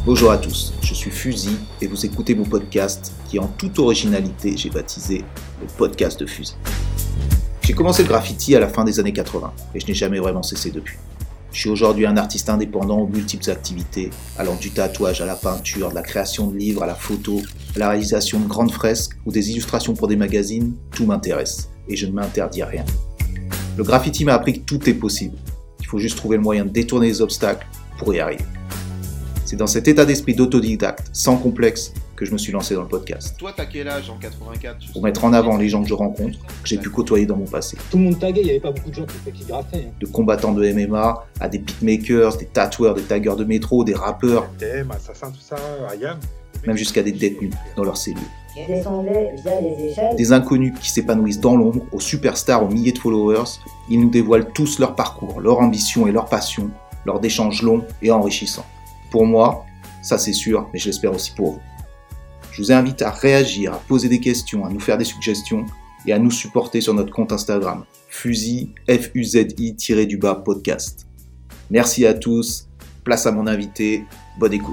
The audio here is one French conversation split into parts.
Bonjour à tous, je suis Fusil et vous écoutez mon podcast qui en toute originalité j'ai baptisé le podcast de Fusil. J'ai commencé le graffiti à la fin des années 80 et je n'ai jamais vraiment cessé depuis. Je suis aujourd'hui un artiste indépendant aux multiples activités, allant du tatouage à la peinture, de la création de livres à la photo, à la réalisation de grandes fresques ou des illustrations pour des magazines, tout m'intéresse et je ne m'interdis rien. Le graffiti m'a appris que tout est possible, il faut juste trouver le moyen de détourner les obstacles pour y arriver. C'est dans cet état d'esprit d'autodidacte, sans complexe, que je me suis lancé dans le podcast. Toi, t'as quel âge en 84 Pour mettre en avant les gens que je rencontre, que j'ai pu côtoyer dans mon passé. Tout le monde taguait, il n'y avait pas beaucoup de gens qui graffaient. De combattants de MMA à des beatmakers, des tatoueurs, des taggeurs de métro, des rappeurs, Assassin, tout ça, Ayam. même jusqu'à des détenus dans leurs cellules. Je descendais via les échelles. Des inconnus qui s'épanouissent dans l'ombre, aux superstars, aux milliers de followers, ils nous dévoilent tous leur parcours, leur ambition et leur passion, lors d'échanges longs et enrichissants. Pour moi, ça c'est sûr, mais je l'espère aussi pour vous. Je vous invite à réagir, à poser des questions, à nous faire des suggestions et à nous supporter sur notre compte Instagram, Fuzi, Fuzi_podcast. Merci à tous, place à mon invité, bonne écoute.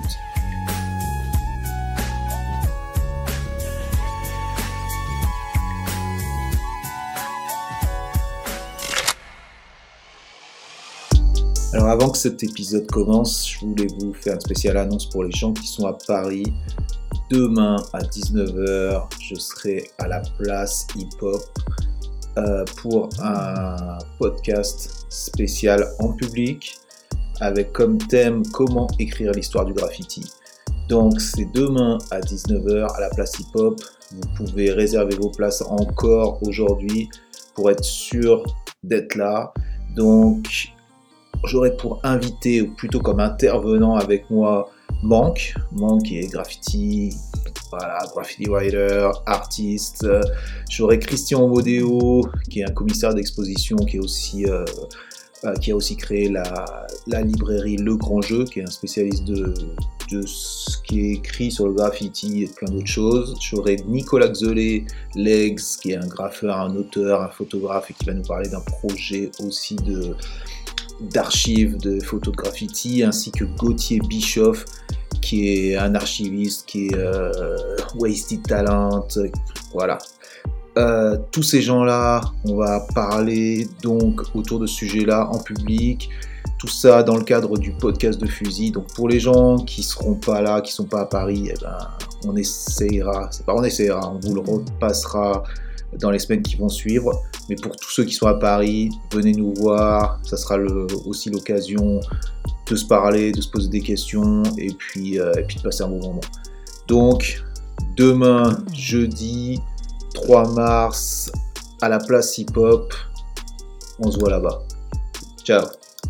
Alors avant que cet épisode commence, je voulais vous faire une spéciale annonce pour les gens qui sont à Paris. Demain à 19h, je serai à la place hip-hop pour un podcast spécial en public avec comme thème comment écrire l'histoire du graffiti. Donc c'est demain à 19h à la place hip-hop. Vous pouvez réserver vos places encore aujourd'hui pour être sûr d'être là. Donc j'aurai pour invité, ou plutôt comme intervenant avec moi, Manque qui est graffiti writer, artiste. J'aurai Christian Modéo, qui est un commissaire d'exposition, qui a aussi créé la librairie Le Grand Jeu, qui est un spécialiste de ce qui est écrit sur le graffiti et plein d'autres choses. J'aurai Nicolas Xolé, Legs, qui est un graffeur, un auteur, un photographe, et qui va nous parler d'un projet aussi d'archives de photos de graffiti, ainsi que Gauthier Bischoff, qui est un archiviste, qui est Wasted Talent, voilà. Tous ces gens-là, on va parler donc autour de ce sujet-là en public, tout ça dans le cadre du podcast de Fusil. Donc pour les gens qui seront pas là, qui sont pas à Paris, on vous le repassera dans les semaines qui vont suivre. Mais pour tous ceux qui sont à Paris, venez nous voir, ça sera aussi l'occasion de se parler, de se poser des questions et puis de passer un bon moment. Donc, demain, jeudi 3 mars, à la place hip-hop, on se voit là-bas. Ciao.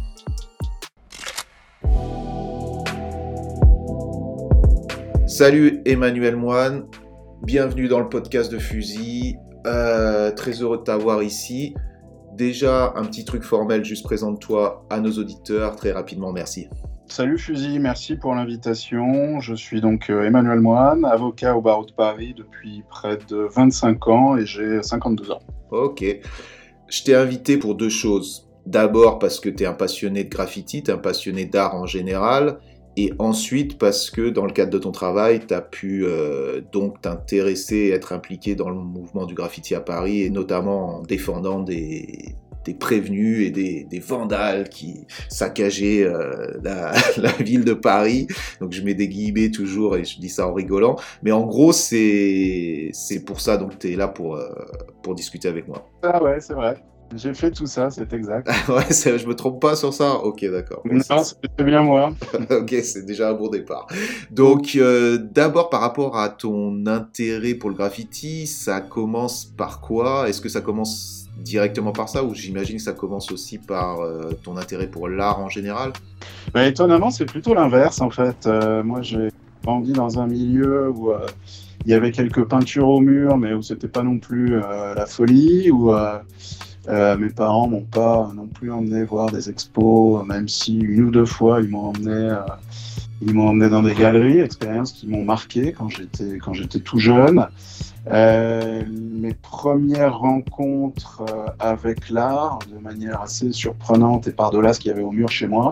Salut Emmanuel Moine, bienvenue dans le podcast de Fusil. Très heureux de t'avoir ici. Déjà, un petit truc formel, juste présente-toi à nos auditeurs très rapidement, merci. Salut Fusil, merci pour l'invitation. Je suis donc Emmanuel Moine, avocat au barreau de Paris depuis près de 25 ans et j'ai 52 ans. Ok, je t'ai invité pour deux choses. D'abord parce que tu es un passionné de graffiti, tu es un passionné d'art en général. Et ensuite, parce que dans le cadre de ton travail, tu as pu donc t'intéresser et être impliqué dans le mouvement du graffiti à Paris, et notamment en défendant des prévenus et des vandales qui saccageaient la ville de Paris. Donc je mets des guillemets toujours et je dis ça en rigolant. Mais en gros, c'est pour ça, donc tu es là pour discuter avec moi. Ah ouais, c'est vrai. J'ai fait tout ça, c'est exact. Ouais, je me trompe pas sur ça? Ok, d'accord. Non, c'est bien moi. Ok, c'est déjà un bon départ. Donc, d'abord, par rapport à ton intérêt pour le graffiti, ça commence par quoi? Est-ce que ça commence directement par ça, ou j'imagine que ça commence aussi par ton intérêt pour l'art en général? Étonnamment, c'est plutôt l'inverse, en fait. Moi, j'ai grandi dans un milieu où il y avait quelques peintures au mur, mais où c'était pas non plus la folie, où mes parents m'ont pas non plus emmené voir des expos, même si une ou deux fois ils m'ont emmené dans des galeries, expériences qui m'ont marqué quand j'étais tout jeune. Mes premières rencontres avec l'art, de manière assez surprenante et par-delà ce qu'il y avait au mur chez moi,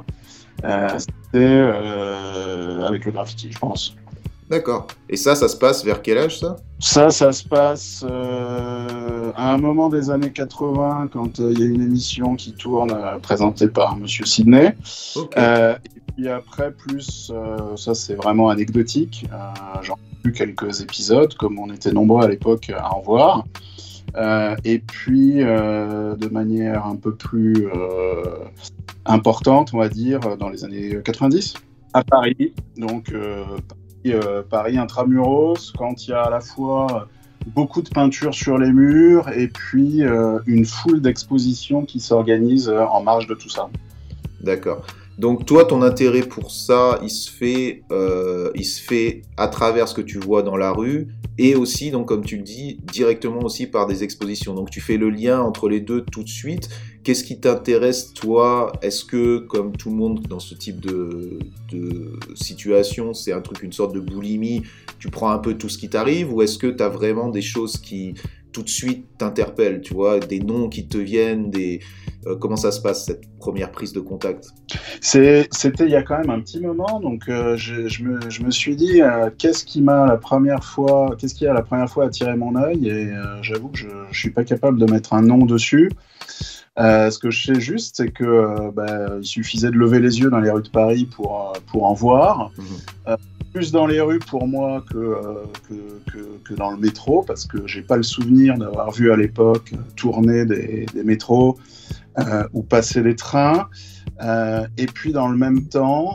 C'était avec le graffiti, je pense. D'accord. Et ça se passe vers quel âge, ça? Ça se passe à un moment des années 80, quand il y a une émission qui tourne présentée par Monsieur Sidney. Ok. Et puis après, ça c'est vraiment anecdotique. J'en ai vu quelques épisodes, comme on était nombreux à l'époque à en voir. Et puis, de manière un peu plus importante, on va dire, dans les années 90, à Paris. Donc, Paris intramuros, quand il y a à la fois beaucoup de peintures sur les murs et puis une foule d'expositions qui s'organisent en marge de tout ça. D'accord. Donc toi, ton intérêt pour ça, il se fait à travers ce que tu vois dans la rue et aussi, donc comme tu le dis, directement aussi par des expositions. Donc tu fais le lien entre les deux tout de suite. Qu'est-ce qui t'intéresse, toi? Est-ce que, comme tout le monde dans ce type de situation, c'est un truc, une sorte de boulimie, tu prends un peu tout ce qui t'arrive, ou est-ce que tu as vraiment des choses qui tout de suite t'interpellent, tu vois, des noms qui te viennent, comment ça se passe, cette première prise de contact? C'était il y a quand même un petit moment, donc je me suis dit qu'est-ce qui a la première fois attiré mon œil, et j'avoue que je suis pas capable de mettre un nom dessus. Ce que je sais juste, c'est que il suffisait de lever les yeux dans les rues de Paris pour en voir. Plus dans les rues pour moi que dans le métro, parce que j'ai pas le souvenir d'avoir vu à l'époque tourner des métros ou passer des trains. Et puis dans le même temps,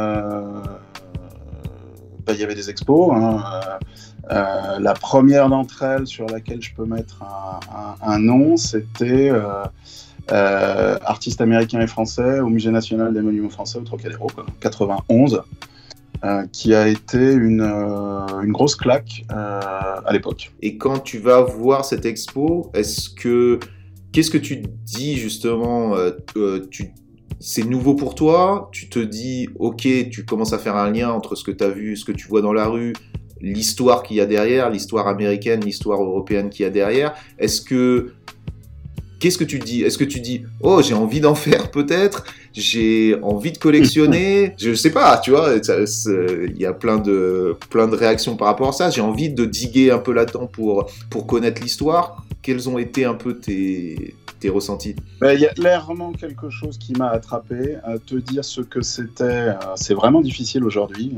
il y avait des expos. La première d'entre elles sur laquelle je peux mettre un nom, c'était artistes américains et français au Musée national des monuments français au Trocadéro, 91. Qui a été une grosse claque à l'époque. Et quand tu vas voir cette expo, qu'est-ce que tu te dis justement, c'est nouveau pour toi, tu te dis, ok, tu commences à faire un lien entre ce que tu as vu, ce que tu vois dans la rue, l'histoire qu'il y a derrière, l'histoire américaine, l'histoire européenne qu'il y a derrière. Qu'est-ce que tu te dis? Est-ce que tu dis, oh, j'ai envie d'en faire peut-être, j'ai envie de collectionner, je sais pas, tu vois, il y a plein de réactions par rapport à ça. J'ai envie de diguer un peu là-dedans pour connaître l'histoire. Quels ont été un peu tes ressentis? Il y a clairement quelque chose qui m'a attrapé. Te dire ce que c'était, c'est vraiment difficile aujourd'hui.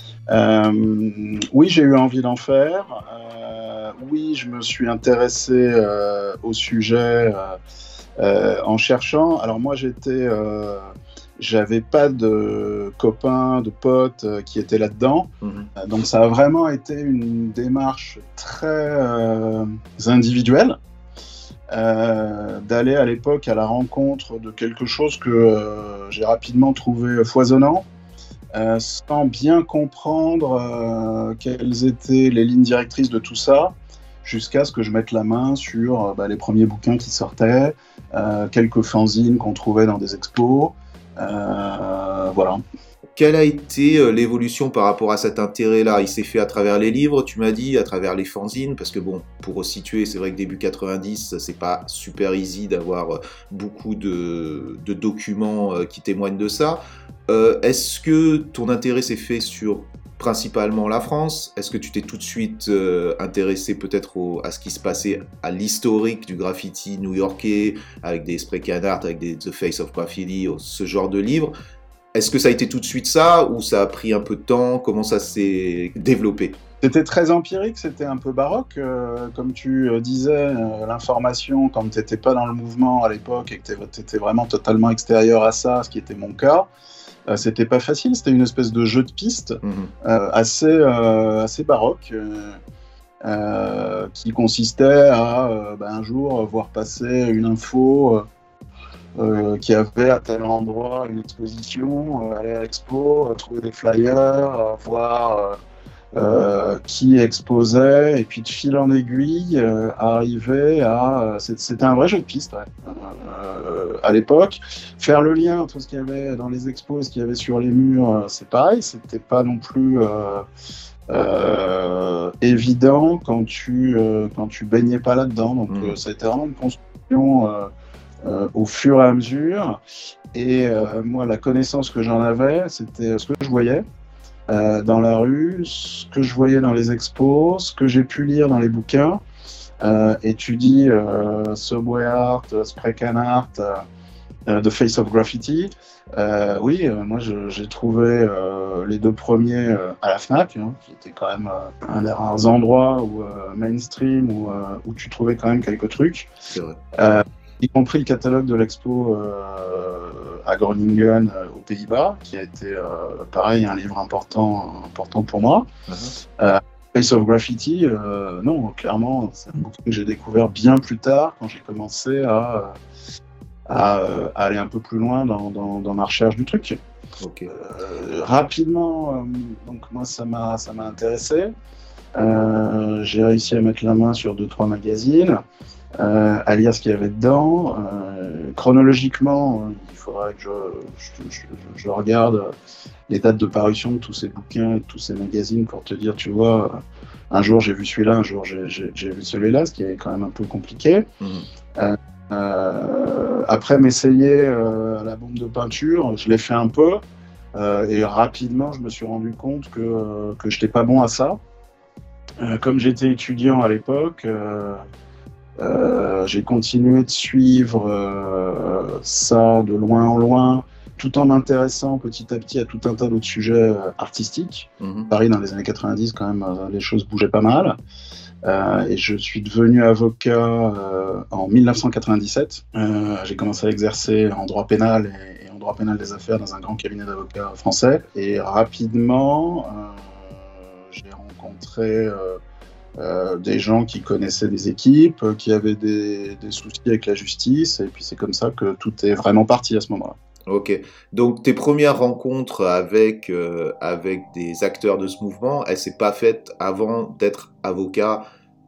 Oui, j'ai eu envie d'en faire. Oui, je me suis intéressé au sujet en cherchant. Alors moi, j'avais pas de copains, de potes qui étaient là-dedans. Donc ça a vraiment été une démarche très individuelle. D'aller à l'époque à la rencontre de quelque chose que j'ai rapidement trouvé foisonnant. Sans bien comprendre quelles étaient les lignes directrices de tout ça, jusqu'à ce que je mette la main sur les premiers bouquins qui sortaient, quelques fanzines qu'on trouvait dans des expos, voilà. Quelle a été l'évolution par rapport à cet intérêt-là? Il s'est fait à travers les livres, tu m'as dit, à travers les fanzines, parce que bon, pour resituer, c'est vrai que début 90, c'est pas super easy d'avoir beaucoup de documents qui témoignent de ça. Est-ce que ton intérêt s'est fait sur principalement la France? Est-ce que tu t'es tout de suite intéressé peut-être à ce qui se passait à l'historique du graffiti new-yorkais, avec des Spray Can Art, avec des The Face of Graffiti, ce genre de livres? Est-ce que ça a été tout de suite ça, ou ça a pris un peu de temps? Comment ça s'est développé? C'était très empirique, c'était un peu baroque. Comme tu disais, l'information, quand tu n'étais pas dans le mouvement à l'époque et que tu étais vraiment totalement extérieur à ça, ce qui était mon cas, c'était pas facile. C'était une espèce de jeu de piste assez baroque, qui consistait à un jour voir passer une info qui avait à tel endroit une exposition, aller à l'expo, trouver des flyers, voir qui exposait, et puis de fil en aiguille, arriver à... C'était un vrai jeu de piste, ouais. À l'époque. Faire le lien entre ce qu'il y avait dans les expos et ce qu'il y avait sur les murs, c'est pareil, c'était pas non plus évident quand tu baignais pas là-dedans. Donc ça a été vraiment une construction au fur et à mesure. Et moi, la connaissance que j'en avais, c'était ce que je voyais dans la rue, ce que je voyais dans les expos, ce que j'ai pu lire dans les bouquins. Et tu dis Subway Art, Spray Can Art, The Face of Graffiti. Oui, moi j'ai trouvé les deux premiers à la Fnac, hein, qui était quand même un des rares endroits où, mainstream où tu trouvais quand même quelques trucs. C'est vrai. Y compris le catalogue de l'expo à Groningen aux Pays-Bas, qui a été pareil un livre important pour moi. Face of Graffiti, non, clairement, c'est un bouquin que j'ai découvert bien plus tard, quand j'ai commencé à aller un peu plus loin dans ma recherche du truc. Ok. Rapidement, donc moi ça m'a intéressé. J'ai réussi à mettre la main sur 2-3 magazines, à lire ce qu'il y avait dedans. Chronologiquement, il faudrait que je regarde les dates de parution de tous ces bouquins et de tous ces magazines pour te dire, tu vois, un jour j'ai vu celui-là, un jour j'ai vu celui-là, ce qui est quand même un peu compliqué. Après m'essayer à la bombe de peinture, je l'ai fait un peu, et rapidement je me suis rendu compte que je n'étais pas bon à ça. Comme j'étais étudiant à l'époque, j'ai continué de suivre ça de loin en loin, tout en m'intéressant petit à petit à tout un tas d'autres sujets artistiques. Paris, dans les années 90, quand même, les choses bougeaient pas mal. Et je suis devenu avocat en 1997. J'ai commencé à exercer en droit pénal et en droit pénal des affaires dans un grand cabinet d'avocats français. Et rapidement, j'ai rencontré des gens qui connaissaient des équipes, qui avaient des soucis avec la justice. Et puis c'est comme ça que tout est vraiment parti à ce moment-là. Ok. Donc tes premières rencontres avec des acteurs de ce mouvement, elles s'est pas faites avant d'être avocat.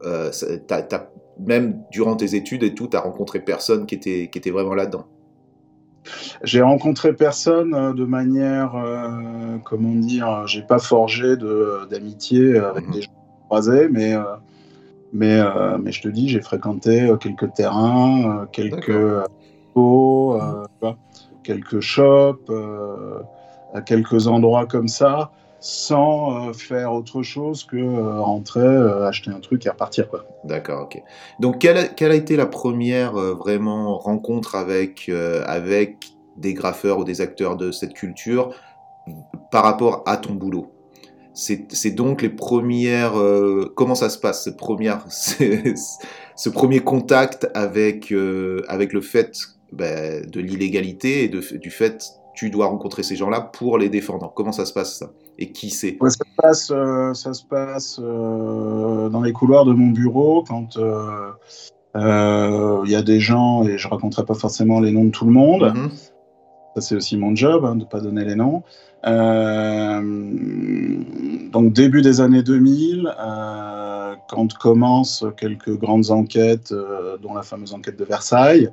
Même durant tes études et tout, t'as rencontré personne qui était vraiment là-dedans. J'ai rencontré personne de manière, comment dire, j'ai pas forgé d'amitié avec des gens croisés, mais je te dis, j'ai fréquenté quelques terrains, quelques expos, quelques shops, à quelques endroits comme ça, sans faire autre chose que rentrer, acheter un truc et repartir, quoi. D'accord, ok. Donc, quelle a été la première vraiment rencontre avec des graffeurs ou des acteurs de cette culture par rapport à ton boulot? C'est donc les premières... comment ça se passe, ce premier contact avec le fait de l'illégalité et du fait tu dois rencontrer ces gens-là pour les défendre. Comment ça se passe, ça? Et qui c'est? Ouais, ça se passe dans les couloirs de mon bureau quand y a des gens, et je ne raconterai pas forcément les noms de tout le monde. Ça, c'est aussi mon job, de ne pas donner les noms. Donc, début des années 2000, quand commencent quelques grandes enquêtes, dont la fameuse enquête de Versailles,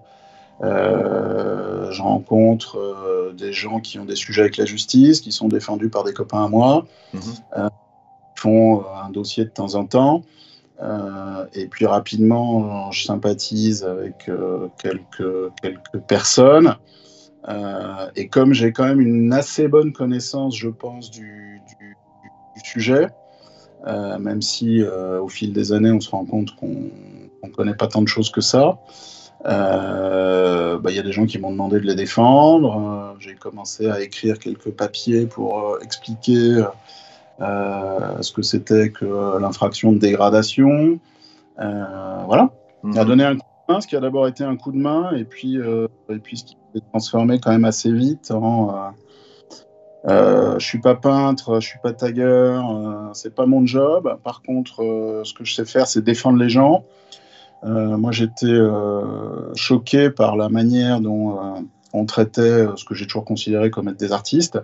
je rencontre des gens qui ont des sujets avec la justice, qui sont défendus par des copains à moi, font un dossier de temps en temps, et puis rapidement je sympathise avec quelques personnes, et comme j'ai quand même une assez bonne connaissance, je pense, du sujet, même si au fil des années on se rend compte qu'on ne connaît pas tant de choses que ça. Y a des gens qui m'ont demandé de les défendre. J'ai commencé à écrire quelques papiers pour expliquer ce que c'était que l'infraction de dégradation. Voilà. Ça a donné un coup de main, ce qui a d'abord été un coup de main, et puis ce qui s'est transformé quand même assez vite en je suis pas peintre, je suis pas tagueur, c'est pas mon job. Par contre, ce que je sais faire, c'est défendre les gens. Moi, j'étais choqué par la manière dont on traitait ce que j'ai toujours considéré comme être des artistes.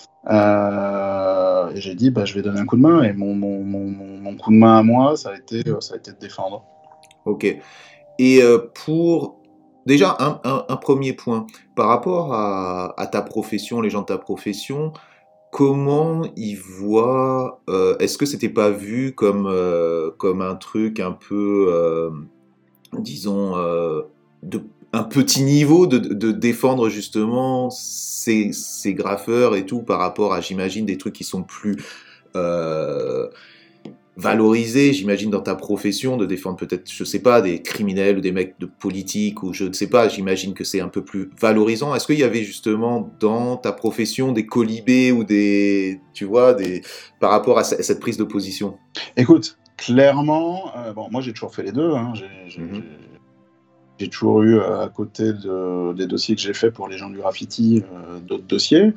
Et j'ai dit, je vais donner un coup de main. Et mon coup de main à moi, ça a été de défendre. Ok. Et pour... Déjà, un premier point. Par rapport à ta profession, les gens de ta profession, comment ils voient... est-ce que c'était pas vu comme un truc un peu... disons, un petit niveau de défendre justement ces graffeurs et tout par rapport à, j'imagine, des trucs qui sont plus valorisés, j'imagine, dans ta profession, de défendre peut-être, je sais pas, des criminels ou des mecs de politique ou je ne sais pas, j'imagine que c'est un peu plus valorisant. Est-ce qu'il y avait justement dans ta profession des colibés ou des, tu vois, par rapport à cette prise de position? Écoute, clairement, moi j'ai toujours fait les deux, hein. J'ai toujours eu à côté des dossiers que j'ai faits pour les gens du graffiti, d'autres dossiers.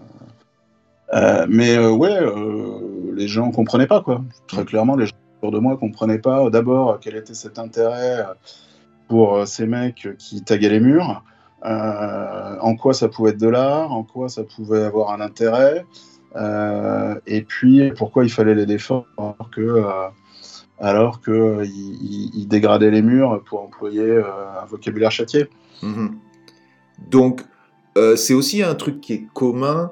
Les gens comprenaient pas, quoi. Très clairement, les gens autour de moi comprenaient pas d'abord quel était cet intérêt pour ces mecs qui taguaient les murs, en quoi ça pouvait être de l'art, en quoi ça pouvait avoir un intérêt, et puis pourquoi il fallait les défendre alors qu'ils dégradaient les murs pour employer un vocabulaire châtié. Mmh. Donc, c'est aussi un truc qui est commun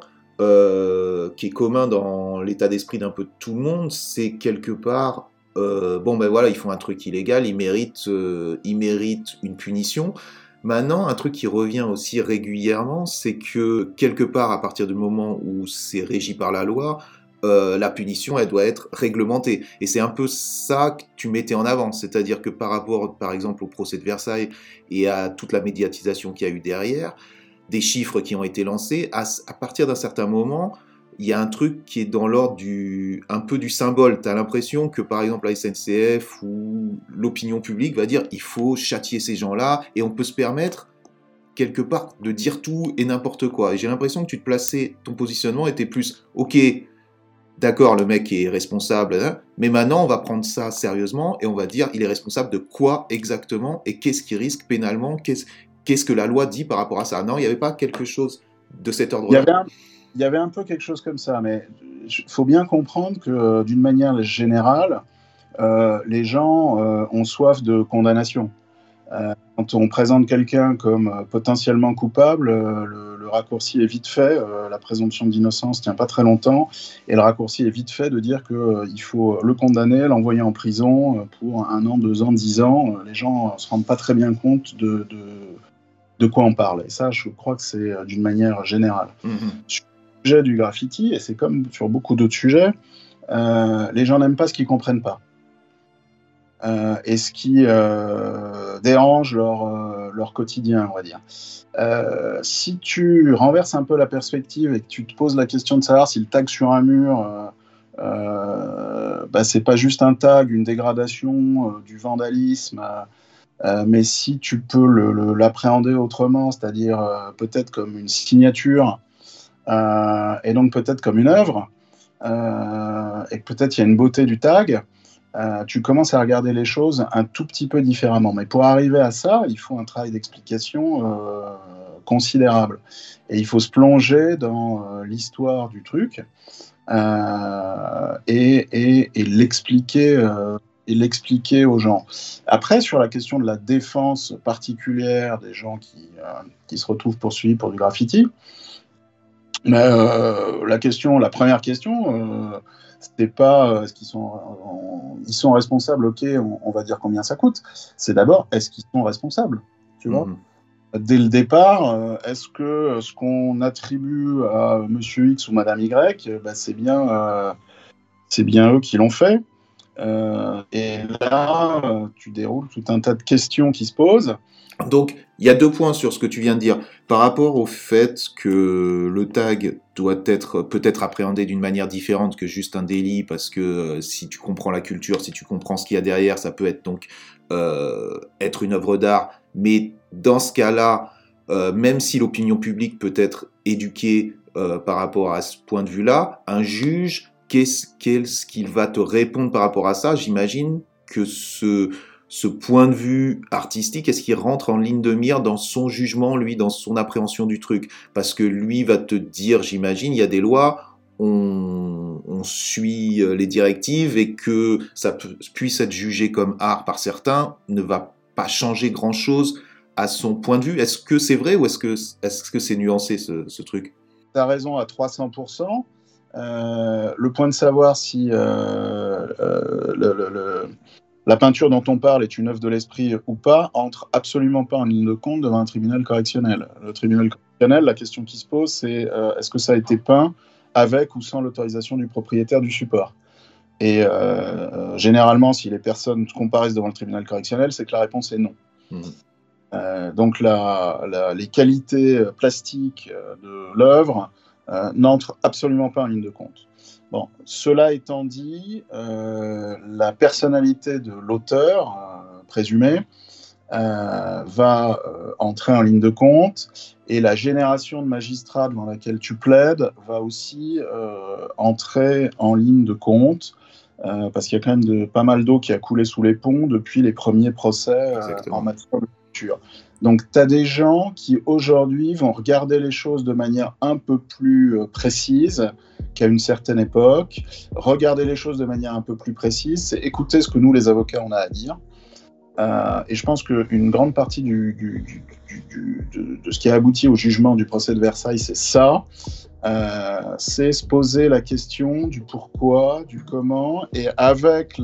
dans l'état d'esprit d'un peu tout le monde, c'est quelque part, ils font un truc illégal, ils méritent une punition. Maintenant, un truc qui revient aussi régulièrement, c'est que quelque part, à partir du moment où c'est régi par la loi, la punition, elle doit être réglementée. Et c'est un peu ça que tu mettais en avant, c'est-à-dire que par rapport, par exemple, au procès de Versailles et à toute la médiatisation qu'il y a eu derrière, des chiffres qui ont été lancés, à partir d'un certain moment, il y a un truc qui est dans l'ordre un peu du symbole. Tu as l'impression que, par exemple, la SNCF ou l'opinion publique va dire il faut châtier ces gens-là, et on peut se permettre, quelque part, de dire tout et n'importe quoi. Et j'ai l'impression que tu te plaçais, ton positionnement était plus « Ok, d'accord, le mec est responsable, hein, mais maintenant on va prendre ça sérieusement et on va dire il est responsable de quoi exactement et qu'est-ce qu'il risque pénalement, qu'est-ce que la loi dit par rapport à ça ?» Non, il n'y avait pas quelque chose de cet ordre-là. Il y avait un peu quelque chose comme ça, mais il faut bien comprendre que d'une manière générale, les gens ont soif de condamnation. Quand on présente quelqu'un comme potentiellement coupable, le raccourci est vite fait, la présomption d'innocence ne tient pas très longtemps, et le raccourci est vite fait de dire qu'il faut le condamner, l'envoyer en prison pour 1 an, 2 ans, 10 ans. Les gens ne se rendent pas très bien compte de quoi on parle. Et ça, je crois que c'est d'une manière générale. Sur le sujet du graffiti, et c'est comme sur beaucoup d'autres sujets, les gens n'aiment pas ce qu'ils ne comprennent pas. Et ce qui dérange leur quotidien, on va dire. Si tu renverses un peu la perspective et que tu te poses la question de savoir si le tag sur un mur, c'est pas juste un tag, une dégradation, du vandalisme, mais si tu peux l'appréhender autrement, c'est-à-dire peut-être comme une signature, et donc peut-être comme une œuvre, et que peut-être il y a une beauté du tag, tu commences à regarder les choses un tout petit peu différemment. Mais pour arriver à ça, il faut un travail d'explication considérable. Et il faut se plonger dans l'histoire du truc et l'expliquer aux gens. Après, sur la question de la défense particulière des gens qui se retrouvent poursuivis pour du graffiti, la première question, c'était pas est-ce qu'ils sont responsables, ok, on va dire combien ça coûte. C'est d'abord, est-ce qu'ils sont responsables, tu vois ? Dès le départ, est-ce que ce qu'on attribue à Monsieur X ou Madame Y, c'est bien eux qui l'ont fait. Et là, tu déroules tout un tas de questions qui se posent. Donc, il y a 2 points sur ce que tu viens de dire. Par rapport au fait que le tag doit être peut-être appréhendé d'une manière différente que juste un délit, parce que si tu comprends la culture, si tu comprends ce qu'il y a derrière, ça peut être donc être une œuvre d'art. Mais dans ce cas-là, même si l'opinion publique peut être éduquée par rapport à ce point de vue-là, un juge, qu'est-ce qu'il va te répondre par rapport à ça ? J'imagine que ce point de vue artistique, est-ce qu'il rentre en ligne de mire dans son jugement, lui, dans son appréhension du truc ? Parce que lui va te dire, j'imagine, il y a des lois, on suit les directives et que ça puisse être jugé comme art par certains ne va pas changer grand-chose à son point de vue. Est-ce que c'est vrai ou est-ce que c'est nuancé ce truc ? Tu as raison à 300%. Le point de savoir si la peinture dont on parle est une œuvre de l'esprit ou pas, entre absolument pas en ligne de compte devant un tribunal correctionnel. Le tribunal correctionnel, la question qui se pose, c'est est-ce que ça a été peint avec ou sans l'autorisation du propriétaire du support ? Et généralement, si les personnes comparaissent devant le tribunal correctionnel, c'est que la réponse est non. Donc les qualités plastiques de l'œuvre n'entrent absolument pas en ligne de compte. Bon, cela étant dit, la personnalité de l'auteur présumé va entrer en ligne de compte, et la génération de magistrats devant laquelle tu plaides va aussi entrer en ligne de compte, parce qu'il y a quand même pas mal d'eau qui a coulé sous les ponts depuis les premiers procès en matière de culture. Donc, tu as des gens qui, aujourd'hui, vont regarder les choses de manière un peu plus précise qu'à une certaine époque. Regarder les choses de manière un peu plus précise, c'est écouter ce que nous, les avocats, on a à dire. Et je pense qu'une grande partie de ce qui a abouti au jugement du procès de Versailles, c'est ça. C'est se poser la question du pourquoi, du comment, et avec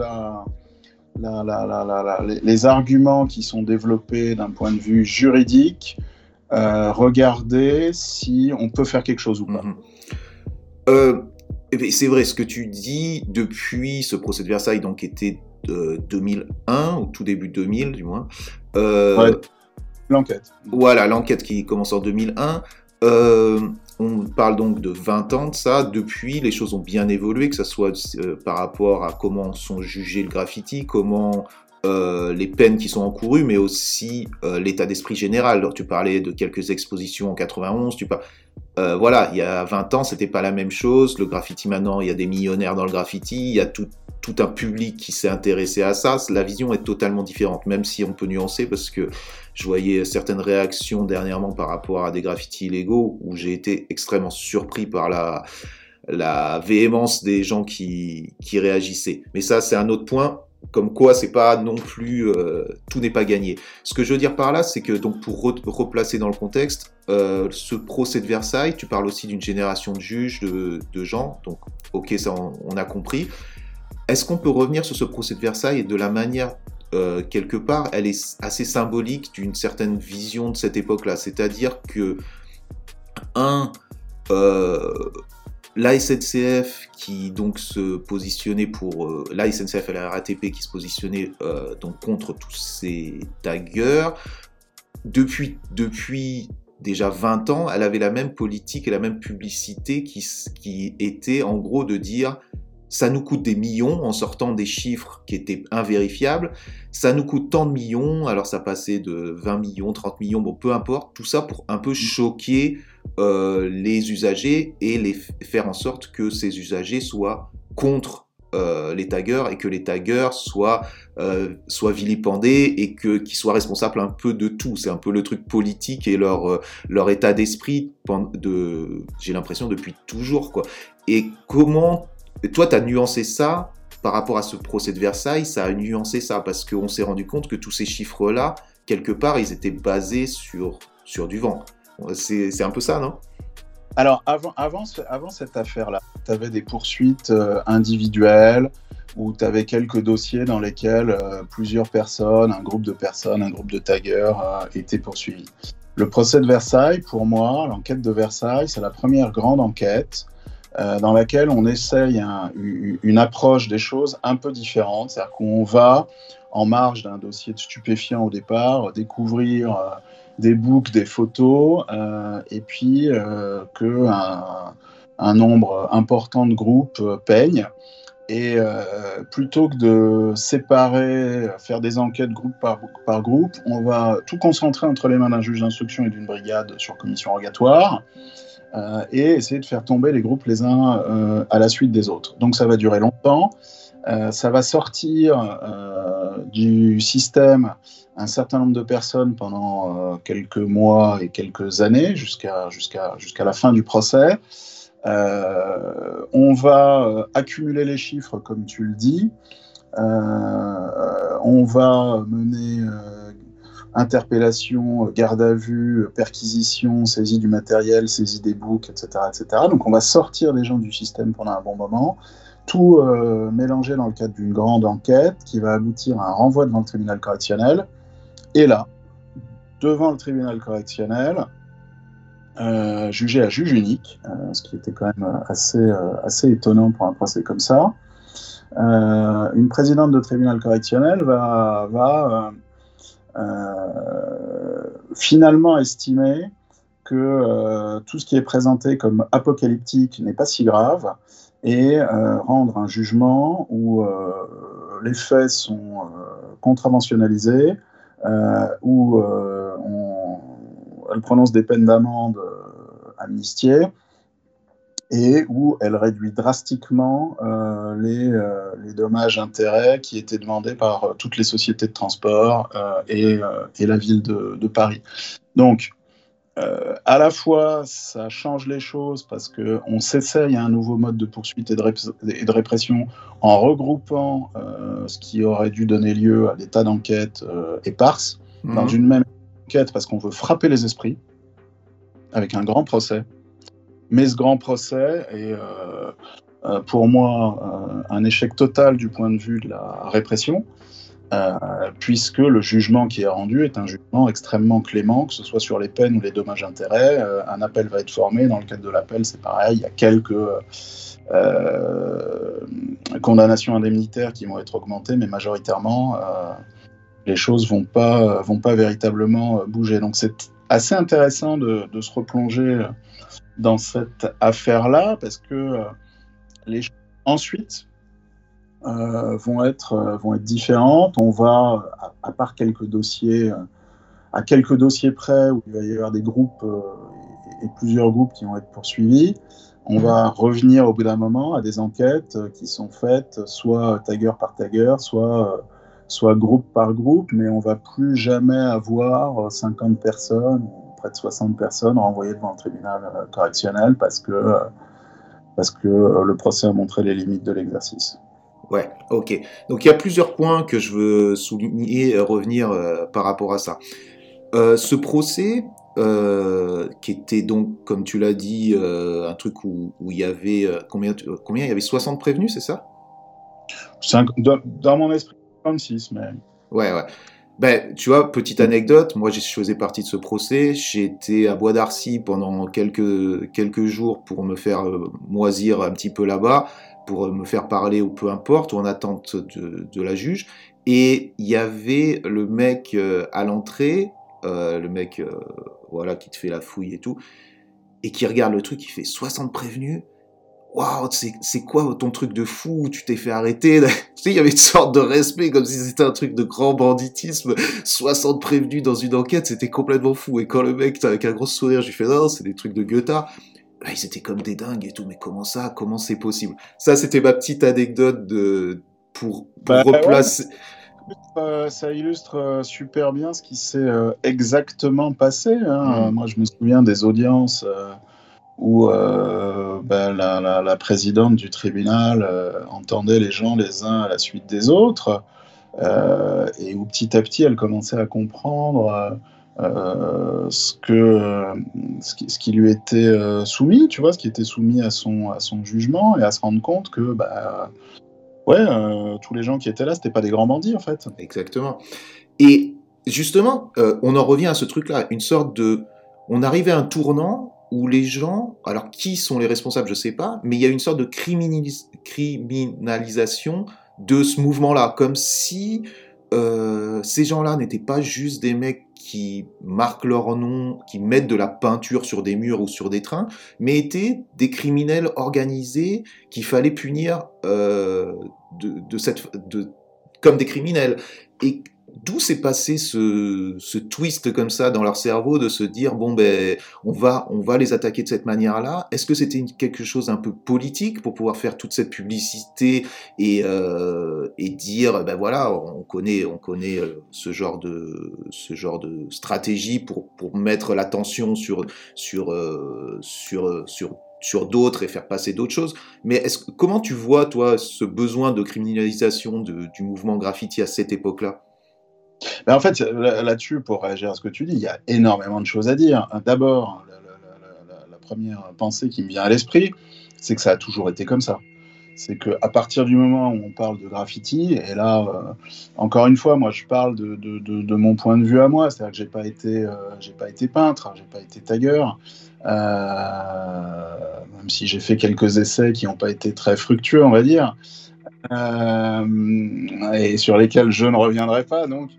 les arguments qui sont développés d'un point de vue juridique, regarder si on peut faire quelque chose ou pas. C'est vrai, ce que tu dis depuis ce procès de Versailles, donc était 2001, au tout début 2000 du moins. Ouais, l'enquête. Voilà, l'enquête qui commence en 2001. On parle donc de 20 ans de ça. Depuis, les choses ont bien évolué, que ce soit par rapport à comment sont jugés le graffiti, comment les peines qui sont encourues, mais aussi l'état d'esprit général. Alors, tu parlais de quelques expositions en 91, voilà, il y a 20 ans, c'était pas la même chose. Le graffiti, maintenant, il y a des millionnaires dans le graffiti, il y a tout un public qui s'est intéressé à ça. La vision est totalement différente, même si on peut nuancer, parce que je voyais certaines réactions dernièrement par rapport à des graffitis illégaux où j'ai été extrêmement surpris par la véhémence des gens qui réagissaient. Mais ça, c'est un autre point. Comme quoi, c'est pas non plus tout n'est pas gagné. Ce que je veux dire par là, c'est que donc pour replacer dans le contexte, ce procès de Versailles, tu parles aussi d'une génération de juges, de gens. Donc, ok, ça on a compris. Est-ce qu'on peut revenir sur ce procès de Versailles et de la manière quelque part, elle est assez symbolique d'une certaine vision de cette époque-là, c'est-à-dire que la SNCF qui donc se positionnait pour la SNCF et la RATP qui se positionnaient donc contre tous ces taggers, depuis déjà 20 ans, elle avait la même politique et la même publicité qui était en gros de dire ça nous coûte des millions en sortant des chiffres qui étaient invérifiables, ça nous coûte tant de millions, alors ça passait de 20 millions, 30 millions, bon peu importe, tout ça pour un peu choquer les usagers et les faire en sorte que ces usagers soient contre les taggers et que les taggers soient vilipendés et qu'ils soient responsables un peu de tout. C'est un peu le truc politique et leur état d'esprit, j'ai l'impression, depuis toujours, quoi. Et comment, toi, tu as nuancé ça par rapport à ce procès de Versailles, ça a nuancé ça parce qu'on s'est rendu compte que tous ces chiffres-là, quelque part, ils étaient basés sur du vent. C'est un peu ça, non ? Alors, avant cette affaire-là, tu avais des poursuites individuelles où tu avais quelques dossiers dans lesquels plusieurs personnes, un groupe de taggers étaient poursuivis. Le procès de Versailles, pour moi, l'enquête de Versailles, c'est la première grande enquête dans laquelle on essaye une approche des choses un peu différente. C'est-à-dire qu'on va, en marge d'un dossier de stupéfiants au départ, découvrir des books, des photos, et puis qu'un nombre important de groupes peignent. Et plutôt que de séparer, faire des enquêtes groupe par groupe, on va tout concentrer entre les mains d'un juge d'instruction et d'une brigade sur commission rogatoire, et essayer de faire tomber les groupes les uns à la suite des autres. Donc ça va durer longtemps. Ça va sortir du système un certain nombre de personnes pendant quelques mois et quelques années, jusqu'à la fin du procès. On va accumuler les chiffres, comme tu le dis. On va mener interpellation, garde à vue, perquisition, saisie du matériel, saisie des books, etc., etc. Donc on va sortir les gens du système pendant un bon moment. tout mélanger dans le cadre d'une grande enquête qui va aboutir à un renvoi devant le tribunal correctionnel. Et là, devant le tribunal correctionnel, jugé à juge unique, ce qui était quand même assez étonnant pour un procès comme ça, une présidente de tribunal correctionnel va finalement estimer que tout ce qui est présenté comme apocalyptique n'est pas si grave et rendre un jugement où les faits sont contraventionnalisés, où elle prononce des peines d'amende amnistiées et où elle réduit drastiquement les dommages-intérêts qui étaient demandés par toutes les sociétés de transport et la ville de Paris. Donc, à la fois, ça change les choses parce qu'on s'essaye à un nouveau mode de poursuite et de répression en regroupant ce qui aurait dû donner lieu à des tas d'enquêtes éparses dans une même enquête parce qu'on veut frapper les esprits avec un grand procès. Mais ce grand procès est pour moi un échec total du point de vue de la répression. Puisque le jugement qui est rendu est un jugement extrêmement clément, que ce soit sur les peines ou les dommages-intérêts. Un appel va être formé. Dans le cadre de l'appel, c'est pareil. Il y a quelques condamnations indemnitaires qui vont être augmentées, mais majoritairement, les choses vont pas véritablement bouger. Donc c'est assez intéressant de se replonger dans cette affaire-là, parce que les choses ensuite vont être différentes. On va, à part quelques dossiers, à quelques dossiers près où il va y avoir des groupes et plusieurs groupes qui vont être poursuivis, on va revenir au bout d'un moment à des enquêtes qui sont faites soit tagger par tagger, soit groupe par groupe, mais on va plus jamais avoir 50 personnes, près de 60 personnes renvoyées devant le tribunal correctionnel parce que le procès a montré les limites de l'exercice. Ouais, ok. Donc il y a plusieurs points que je veux souligner et revenir par rapport à ça. Ce procès, qui était donc, comme tu l'as dit, un truc où il y avait combien il y avait 60 prévenus, c'est ça? Dans mon esprit, 36, mais... Ouais. Ben, tu vois, petite anecdote, moi je faisais partie de ce procès, j'ai été à Bois d'Arcy pendant quelques jours pour me faire moisir un petit peu là-bas, pour me faire parler ou peu importe, ou en attente de la juge, et il y avait le mec à l'entrée, voilà, qui te fait la fouille et tout, et qui regarde le truc, il fait 60 prévenus. Waouh, c'est quoi ton truc de fou? Tu t'es fait arrêter? Tu sais, il y avait une sorte de respect, comme si c'était un truc de grand banditisme. 60 prévenus dans une enquête, c'était complètement fou. Et quand le mec, avec un gros sourire, je lui fais non, c'est des trucs de Goethe. Là, ils étaient comme des dingues et tout. Mais comment ça? Comment c'est possible? Ça, c'était ma petite anecdote pour replacer. Ouais. Ça illustre super bien ce qui s'est exactement passé. Hein. Moi, je me souviens des audiences où la présidente du tribunal entendait les gens les uns à la suite des autres, et où petit à petit elle commençait à comprendre ce qui lui était soumis, tu vois, ce qui était soumis à son jugement, et à se rendre compte que tous les gens qui étaient là, c'était pas des grands bandits en fait. Exactement. Et justement, on en revient à ce truc-là, une sorte de... On arrivait à un tournant où les gens, alors qui sont les responsables, je sais pas, mais il y a une sorte de criminalisation de ce mouvement-là, comme si ces gens-là n'étaient pas juste des mecs qui marquent leur nom, qui mettent de la peinture sur des murs ou sur des trains, mais étaient des criminels organisés qu'il fallait punir comme des criminels. Et d'où s'est passé ce twist comme ça dans leur cerveau de se dire bon ben on va les attaquer de cette manière-là? Est-ce que c'était quelque chose un peu politique pour pouvoir faire toute cette publicité et dire ben voilà, on connaît ce genre de stratégie pour mettre l'attention sur d'autres et faire passer d'autres choses. Mais comment tu vois, toi, ce besoin de criminalisation du mouvement graffiti à cette époque-là? Ben en fait, là-dessus, pour réagir à ce que tu dis, il y a énormément de choses à dire. D'abord, la première pensée qui me vient à l'esprit, c'est que ça a toujours été comme ça. c'est qu'à partir du moment où on parle de graffiti, et là, encore une fois, moi je parle de mon point de vue à moi, c'est-à-dire que j'ai pas été peintre, j'ai pas été tagueur, même si j'ai fait quelques essais qui n'ont pas été très fructueux, on va dire, et sur lesquels je ne reviendrai pas. Donc,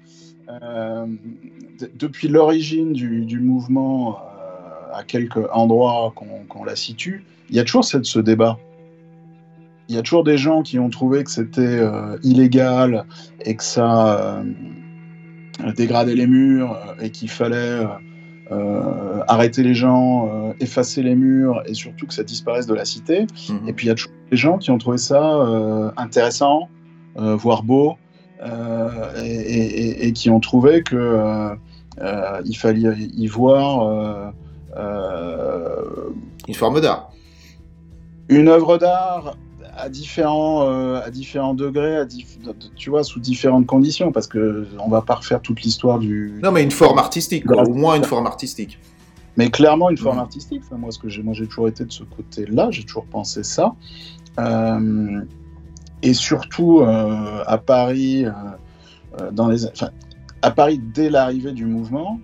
depuis l'origine du mouvement, à quelques endroits qu'on la situe, il y a toujours ce débat. Il y a toujours des gens qui ont trouvé que c'était illégal et que ça dégradait les murs et qu'il fallait arrêter les gens, effacer les murs et surtout que ça disparaisse de la cité. Et puis il y a toujours des gens qui ont trouvé ça intéressant, voire beau, et qui ont trouvé que il fallait y voir une forme d'art. Une œuvre d'art à différents degrés, tu vois, sous différentes conditions, parce que on va pas refaire toute l'histoire du. Non, mais une forme artistique, quoi, au moins une forme artistique. Mais clairement une forme artistique. Enfin, moi, j'ai toujours été de ce côté-là, j'ai toujours pensé ça. Et surtout à Paris, à Paris dès l'arrivée du mouvement.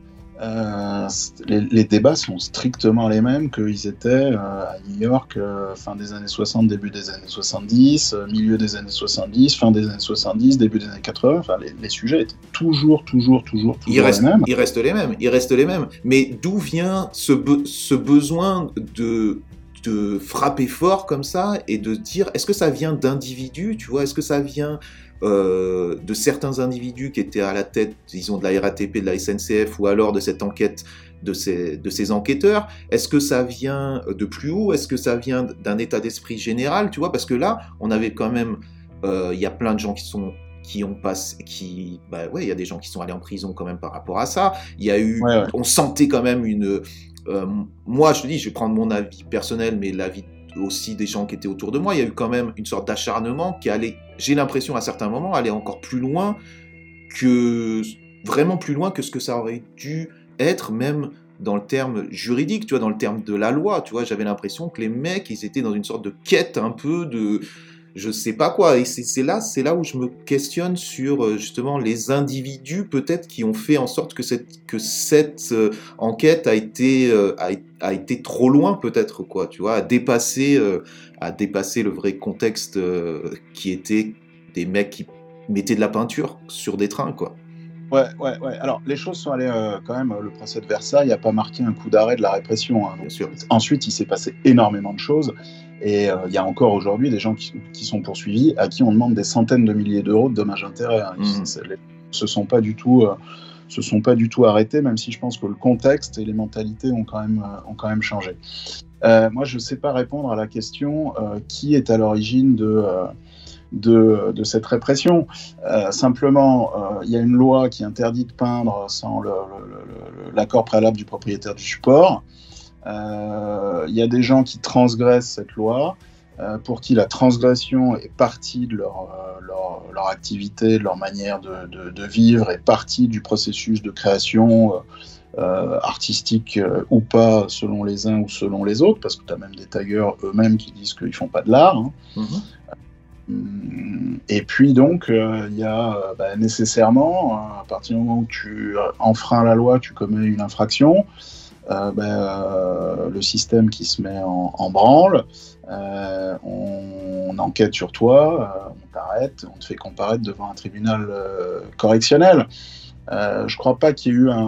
Les débats sont strictement les mêmes qu'ils étaient à New York fin des années 60, début des années 70, milieu des années 70, fin des années 70, début des années 80. Enfin, les sujets étaient toujours les mêmes. Ils restent les mêmes. Mais d'où vient ce besoin de frapper fort comme ça et de dire, est-ce que ça vient d'individus, tu vois, est-ce que ça vient de certains individus qui étaient à la tête, disons, de la RATP, de la SNCF, ou alors de cette enquête, de ces enquêteurs? Est-ce que ça vient de plus haut? Est-ce que ça vient d'un état d'esprit général, tu vois? Parce que là, on avait quand même, il y a plein de gens il y a des gens qui sont allés en prison quand même par rapport à ça. Il y a eu, on sentait quand même moi, je te dis, je vais prendre mon avis personnel, mais l'avis aussi des gens qui étaient autour de moi, il y a eu quand même une sorte d'acharnement qui allait, j'ai l'impression à certains moments, aller encore plus loin vraiment plus loin que ce que ça aurait dû être, même dans le terme juridique, tu vois, dans le terme de la loi, tu vois. J'avais l'impression que les mecs, ils étaient dans une sorte de quête un peu de je sais pas quoi, et c'est là où je me questionne sur justement les individus peut-être qui ont fait en sorte que cette enquête a été trop loin peut-être, quoi, tu vois, à dépasser le vrai contexte qui était des mecs qui mettaient de la peinture sur des trains, quoi. Ouais. Alors, les choses sont allées quand même. Le procès de Versailles n'a pas marqué un coup d'arrêt de la répression. Hein. Bien sûr. Ensuite, il s'est passé énormément de choses. Et il y a encore aujourd'hui des gens qui sont poursuivis, à qui on demande des centaines de milliers d'euros de dommages-intérêts. Hein. Se sont pas du tout arrêtés, même si je pense que le contexte et les mentalités ont quand même changé. Moi, je ne sais pas répondre à la question qui est à l'origine de cette répression. Simplement, il y a une loi qui interdit de peindre sans l'accord préalable du propriétaire du support. Il y a des gens qui transgressent cette loi, pour qui la transgression est partie de leur activité, de leur manière de vivre, est partie du processus de création artistique ou pas, selon les uns ou selon les autres, parce que tu as même des taggeurs eux-mêmes qui disent qu'ils ne font pas de l'art. Hein. Et puis donc il y a nécessairement, à partir du moment où tu enfreins la loi, tu commets une infraction, le système qui se met en branle, on enquête sur toi, on t'arrête, on te fait comparaître devant un tribunal correctionnel. Je crois pas qu'il y ait eu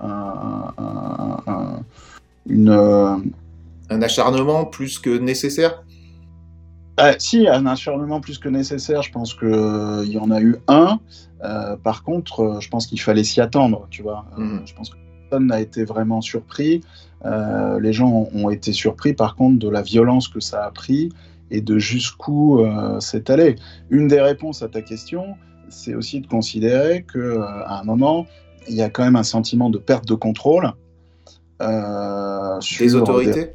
un acharnement plus que nécessaire. Si, un acharnement plus que nécessaire, je pense qu'il y en a eu un. Par contre, je pense qu'il fallait s'y attendre, tu vois. Je pense que personne n'a été vraiment surpris. Les gens ont été surpris, par contre, de la violence que ça a pris et de jusqu'où c'est allé. Une des réponses à ta question, c'est aussi de considérer qu'à un moment, il y a quand même un sentiment de perte de contrôle. Sur des autorités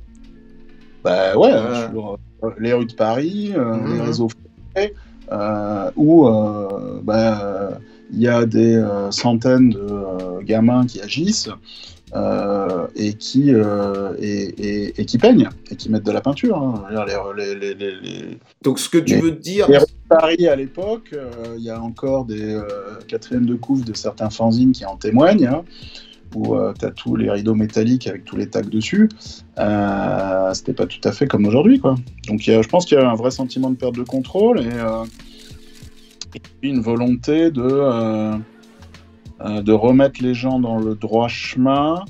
sur les rues de Paris, les réseaux français, où il y a des centaines de gamins qui agissent et qui peignent et qui mettent de la peinture. Hein. Je veux dire, Donc ce que tu veux dire... les rues de Paris à l'époque, il y a encore des quatrièmes de couve de certains fanzines qui en témoignent, hein, où tu as tous les rideaux métalliques avec tous les tags dessus. C'était pas tout à fait comme aujourd'hui, quoi. Donc je pense qu'il y a un vrai sentiment de perte de contrôle et une volonté de remettre les gens dans le droit chemin,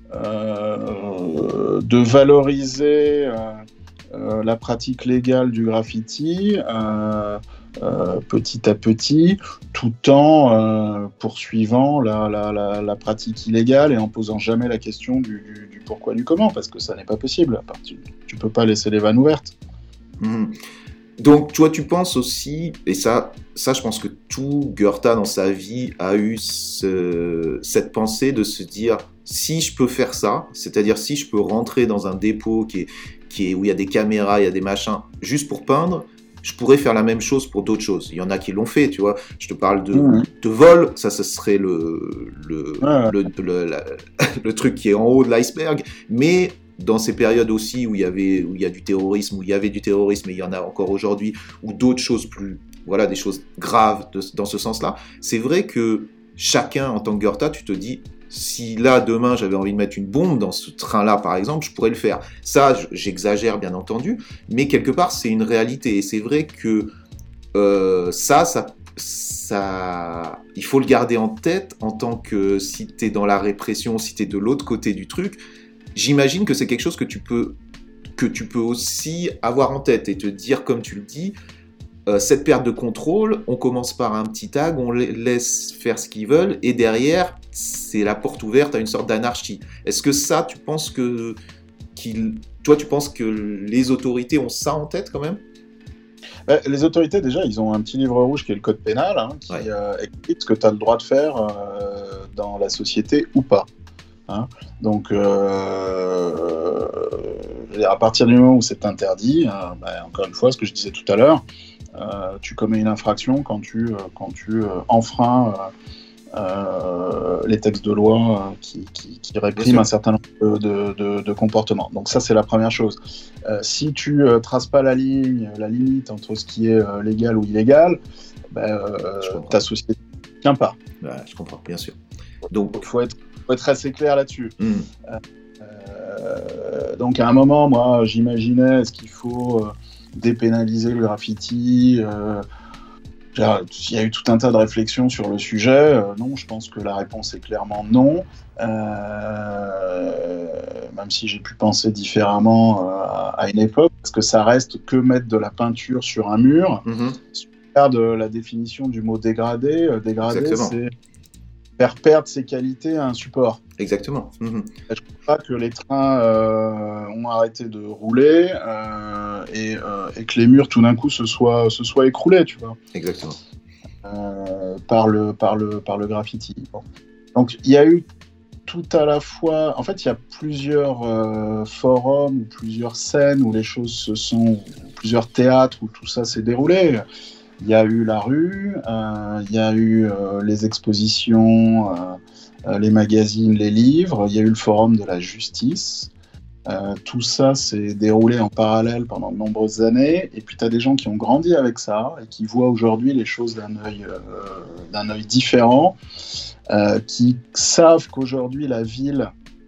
de valoriser la pratique légale du graffiti petit à petit, tout en poursuivant la pratique illégale et en posant jamais la question du pourquoi, du comment, parce que ça n'est pas possible. Tu peux pas laisser les vannes ouvertes. Donc, toi, tu penses aussi, et ça, je pense que tout Goethe dans sa vie a eu cette pensée de se dire, si je peux faire ça, c'est-à-dire si je peux rentrer dans un dépôt où il y a des caméras, il y a des machins, juste pour peindre, je pourrais faire la même chose pour d'autres choses. Il y en a qui l'ont fait, tu vois. Je te parle de vol, ça serait le truc qui est en haut de l'iceberg, mais dans ces périodes aussi où il y a du terrorisme, où il y avait du terrorisme, et il y en a encore aujourd'hui, ou d'autres choses des choses graves dans ce sens-là, c'est vrai que chacun, en tant que Goethe, tu te dis, si là, demain, j'avais envie de mettre une bombe dans ce train-là, par exemple, je pourrais le faire. Ça, j'exagère, bien entendu, mais quelque part, c'est une réalité, et c'est vrai que ça, il faut le garder en tête en tant que, si t'es dans la répression, si t'es de l'autre côté du truc, j'imagine que c'est quelque chose que tu peux aussi avoir en tête et te dire, comme tu le dis, cette perte de contrôle, on commence par un petit tag, on les laisse faire ce qu'ils veulent, et derrière, c'est la porte ouverte à une sorte d'anarchie. Est-ce que ça, tu penses que les autorités ont ça en tête quand même ? Les autorités, déjà, ils ont un petit livre rouge qui est le code pénal, hein, qui explique ce que tu as le droit de faire dans la société ou pas. Hein. Donc, à partir du moment où c'est interdit, encore une fois, ce que je disais tout à l'heure, tu commets une infraction quand tu enfreins les textes de loi qui répriment un certain nombre de comportements. Donc ça, c'est la première chose. Si tu traces pas la limite entre ce qui est légal ou illégal, ta société ne tient pas. Ouais, je comprends, bien sûr. Donc, il faut être assez clair là-dessus. Donc à un moment, moi, j'imaginais, est-ce qu'il faut dépénaliser le graffiti il y a eu tout un tas de réflexions sur le sujet. Non, je pense que la réponse est clairement non. Même si j'ai pu penser différemment à une époque, parce que ça reste que mettre de la peinture sur un mur. Si tu regardes la définition du mot dégradé, c'est faire perdre ses qualités à un support. Exactement. Je ne crois pas que les trains ont arrêté de rouler et que les murs tout d'un coup se soient écroulés, tu vois. Exactement. Par le graffiti. Bon. Donc il y a eu tout à la fois... En fait, il y a plusieurs forums ou plusieurs scènes où les choses plusieurs théâtres où tout ça s'est déroulé. Il y a eu la rue, il y a eu les expositions, les magazines, les livres, il y a eu le forum de la justice. Tout ça s'est déroulé en parallèle pendant de nombreuses années. Et puis tu as des gens qui ont grandi avec ça et qui voient aujourd'hui les choses d'un œil différent, qui savent qu'aujourd'hui la ville,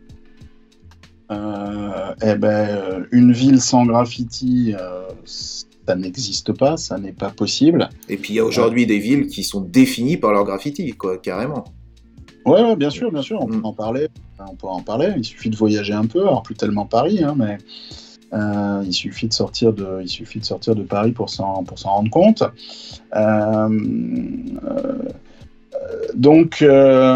une ville sans graffiti, ça n'existe pas, ça n'est pas possible. Et puis il y a aujourd'hui des villes qui sont définies par leur graffiti, quoi, carrément. Ouais, bien sûr, on peut en parler. Il suffit de voyager un peu, alors plus tellement Paris, hein, mais il suffit de sortir de Paris pour s'en rendre compte. Donc,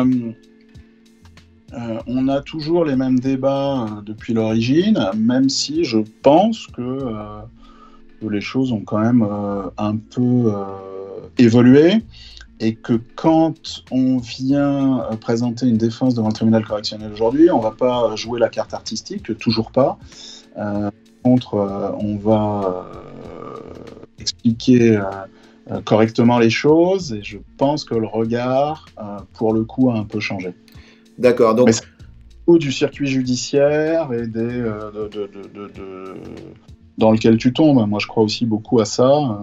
on a toujours les mêmes débats depuis l'origine, même si je pense que les choses ont quand même un peu évolué. Et que quand on vient présenter une défense devant le tribunal correctionnel aujourd'hui, on ne va pas jouer la carte artistique, toujours pas. Par contre, on va expliquer correctement les choses, et je pense que le regard, pour le coup, a un peu changé. D'accord, donc... du circuit judiciaire et dans lequel tu tombes. Moi, je crois aussi beaucoup à ça.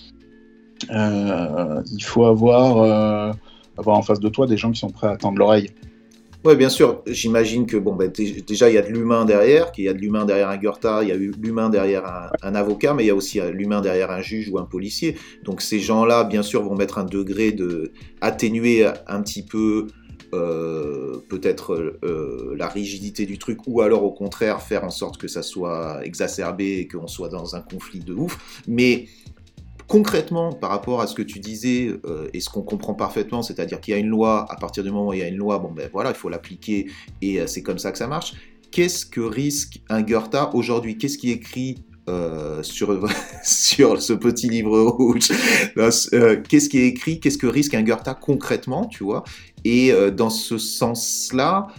Il faut avoir en face de toi des gens qui sont prêts à tendre l'oreille. Ouais, bien sûr. J'imagine que déjà il y a de l'humain derrière, qu'il y a de l'humain derrière un Goethe, il y a eu l'humain derrière un avocat, mais il y a aussi l'humain derrière un juge ou un policier. Donc ces gens-là, bien sûr, vont mettre un degré de atténuer un petit peu peut-être la rigidité du truc, ou alors au contraire faire en sorte que ça soit exacerbé et qu'on soit dans un conflit de ouf. Mais concrètement, par rapport à ce que tu disais et ce qu'on comprend parfaitement, c'est-à-dire qu'il y a une loi, à partir du moment où il y a une loi, il faut l'appliquer et c'est comme ça que ça marche. Qu'est-ce que risque un Goethe aujourd'hui? Qu'est-ce qui est écrit sur ce petit livre rouge? Qu'est-ce qui est écrit? Qu'est-ce que risque un Goethe concrètement, tu vois? Et dans ce sens-là,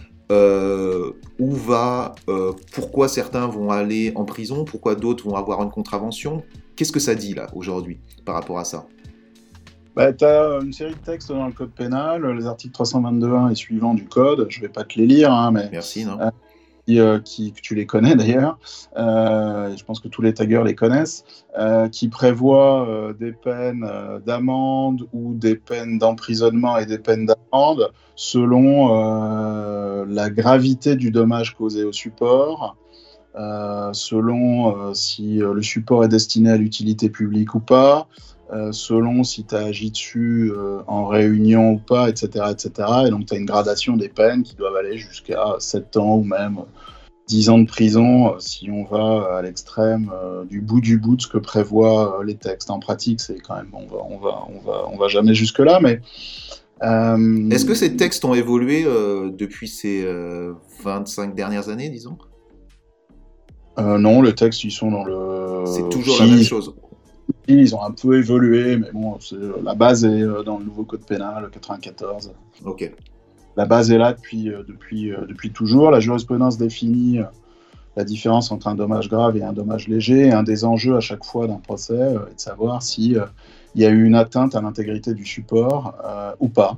pourquoi certains vont aller en prison, pourquoi d'autres vont avoir une contravention? Qu'est-ce que ça dit là aujourd'hui par rapport à ça? Tu as une série de textes dans le code pénal, les articles 322.1 et suivants du code. Je ne vais pas te les lire, mais merci, non. Tu les connais d'ailleurs. Je pense que tous les taggers les connaissent, qui prévoient des peines d'amende ou des peines d'emprisonnement et des peines d'amende selon la gravité du dommage causé au support. Selon si le support est destiné à l'utilité publique ou pas, selon si tu as agi dessus en réunion ou pas, etc. Et donc tu as une gradation des peines qui doivent aller jusqu'à 7 ans ou même 10 ans de prison si on va à l'extrême du bout de ce que prévoient les textes. En pratique, c'est quand même, on va jamais jusque-là, mais... Est-ce que ces textes ont évolué depuis ces 25 dernières années, disons ? Non, les textes, ils sont dans le... C'est toujours la même chose. Ils ont un peu évolué, mais bon, la base est dans le nouveau code pénal, 94. Ok. La base est là depuis toujours. La jurisprudence définit la différence entre un dommage grave et un dommage léger. Un des enjeux à chaque fois d'un procès est de savoir si il y a eu une atteinte à l'intégrité du support ou pas.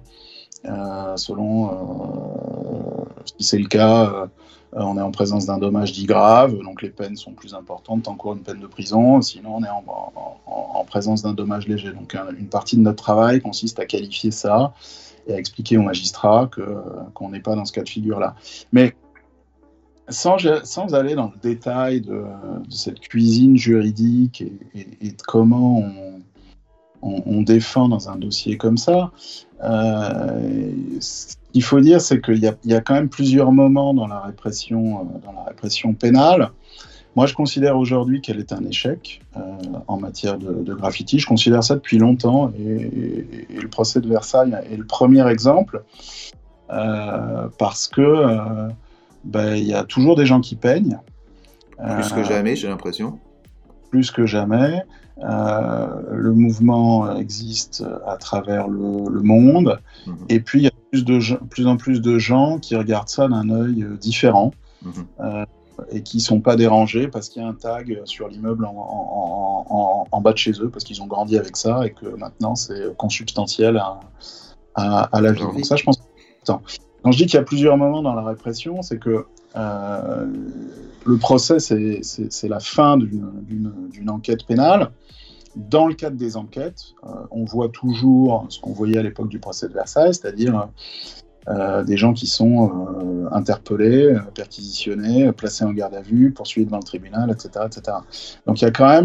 Selon si c'est le cas, on est en présence d'un dommage dit grave, donc les peines sont plus importantes, t'encours une peine de prison, sinon on est en présence d'un dommage léger. Donc une partie de notre travail consiste à qualifier ça et à expliquer aux magistrats qu'on n'est pas dans ce cas de figure-là. Mais sans aller dans le détail de cette cuisine juridique et de comment on défend dans un dossier comme ça, ce qu'il faut dire, c'est qu'il y a quand même plusieurs moments dans la répression pénale. Moi, je considère aujourd'hui qu'elle est un échec en matière de graffiti. Je considère ça depuis longtemps et le procès de Versailles est le premier exemple parce que il y a toujours des gens qui peignent. Plus que jamais, j'ai l'impression. Plus que jamais. Le mouvement existe à travers le monde. Mmh. Et puis, il y a plus en plus de gens qui regardent ça d'un œil différent. Mmh. Et qui ne sont pas dérangés parce qu'il y a un tag sur l'immeuble en bas de chez eux, parce qu'ils ont grandi avec ça et que maintenant c'est consubstantiel à la vie. Donc ça, je pense que c'est important. Quand je dis qu'il y a plusieurs moments dans la répression, c'est que le procès, c'est la fin d'une enquête pénale. Dans le cadre des enquêtes, on voit toujours ce qu'on voyait à l'époque du procès de Versailles, c'est-à-dire des gens qui sont interpellés, perquisitionnés, placés en garde à vue, poursuivis devant le tribunal, etc. Donc il y a quand même...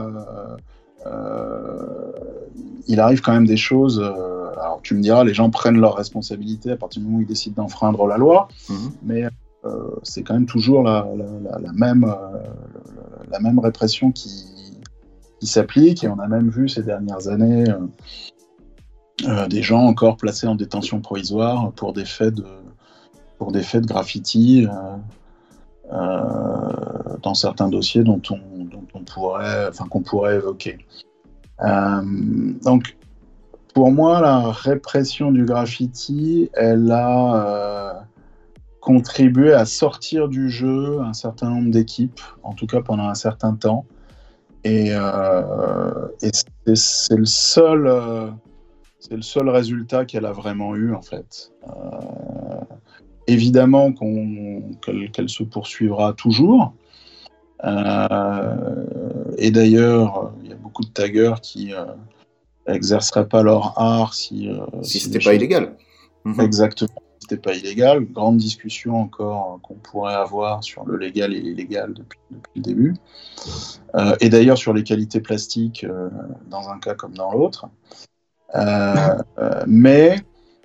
il arrive quand même des choses... alors tu me diras, les gens prennent leurs responsabilités à partir du moment où ils décident d'enfreindre la loi, mais c'est quand même toujours la même répression qui s'applique, et on a même vu ces dernières années des gens encore placés en détention provisoire pour des faits de graffiti dans certains dossiers qu'on pourrait évoquer. Donc, pour moi, la répression du graffiti, elle a contribué à sortir du jeu un certain nombre d'équipes, en tout cas pendant un certain temps. Et c'est le seul résultat qu'elle a vraiment eu, en fait. évidemment qu'elle se poursuivra toujours. Et d'ailleurs, il y a beaucoup de taggers qui n'exerceraient pas leur art si c'était pas illégal. Exactement, si c'était pas illégal. Grande discussion encore qu'on pourrait avoir sur le légal et l'illégal depuis le début. Et d'ailleurs sur les qualités plastiques dans un cas comme dans l'autre. Mais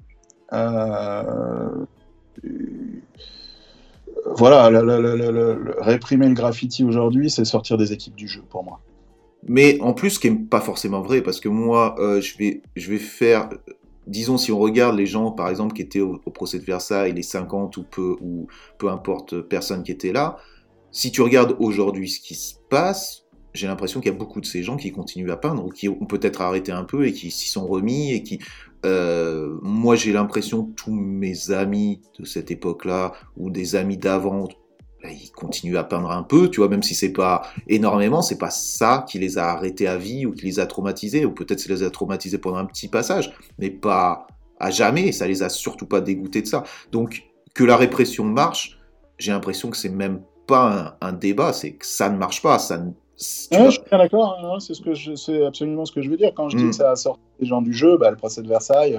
voilà, réprimer le graffiti aujourd'hui, c'est sortir des équipes du jeu pour moi. Mais en plus, ce qui n'est pas forcément vrai, parce que moi, je vais faire... Disons, si on regarde les gens, par exemple, qui étaient au procès de Versailles, les 50 ou peu importe personnes qui étaient là, si tu regardes aujourd'hui ce qui se passe, j'ai l'impression qu'il y a beaucoup de ces gens qui continuent à peindre, ou qui ont peut-être arrêté un peu et qui s'y sont remis, et qui... moi, j'ai l'impression que tous mes amis de cette époque-là, ou des amis d'avant, ils continuent à peindre un peu, tu vois, même si c'est pas énormément, c'est pas ça qui les a arrêtés à vie, ou qui les a traumatisés, ou peut-être ça les a traumatisés pendant un petit passage, mais pas à jamais, et ça les a surtout pas dégoûtés de ça. Donc, que la répression marche, j'ai l'impression que c'est même pas un débat, c'est que ça ne marche pas, ça ne... Ouais, je suis bien d'accord, hein, c'est absolument ce que je veux dire. Quand je dis que ça a sorti les gens du jeu, le procès de Versailles,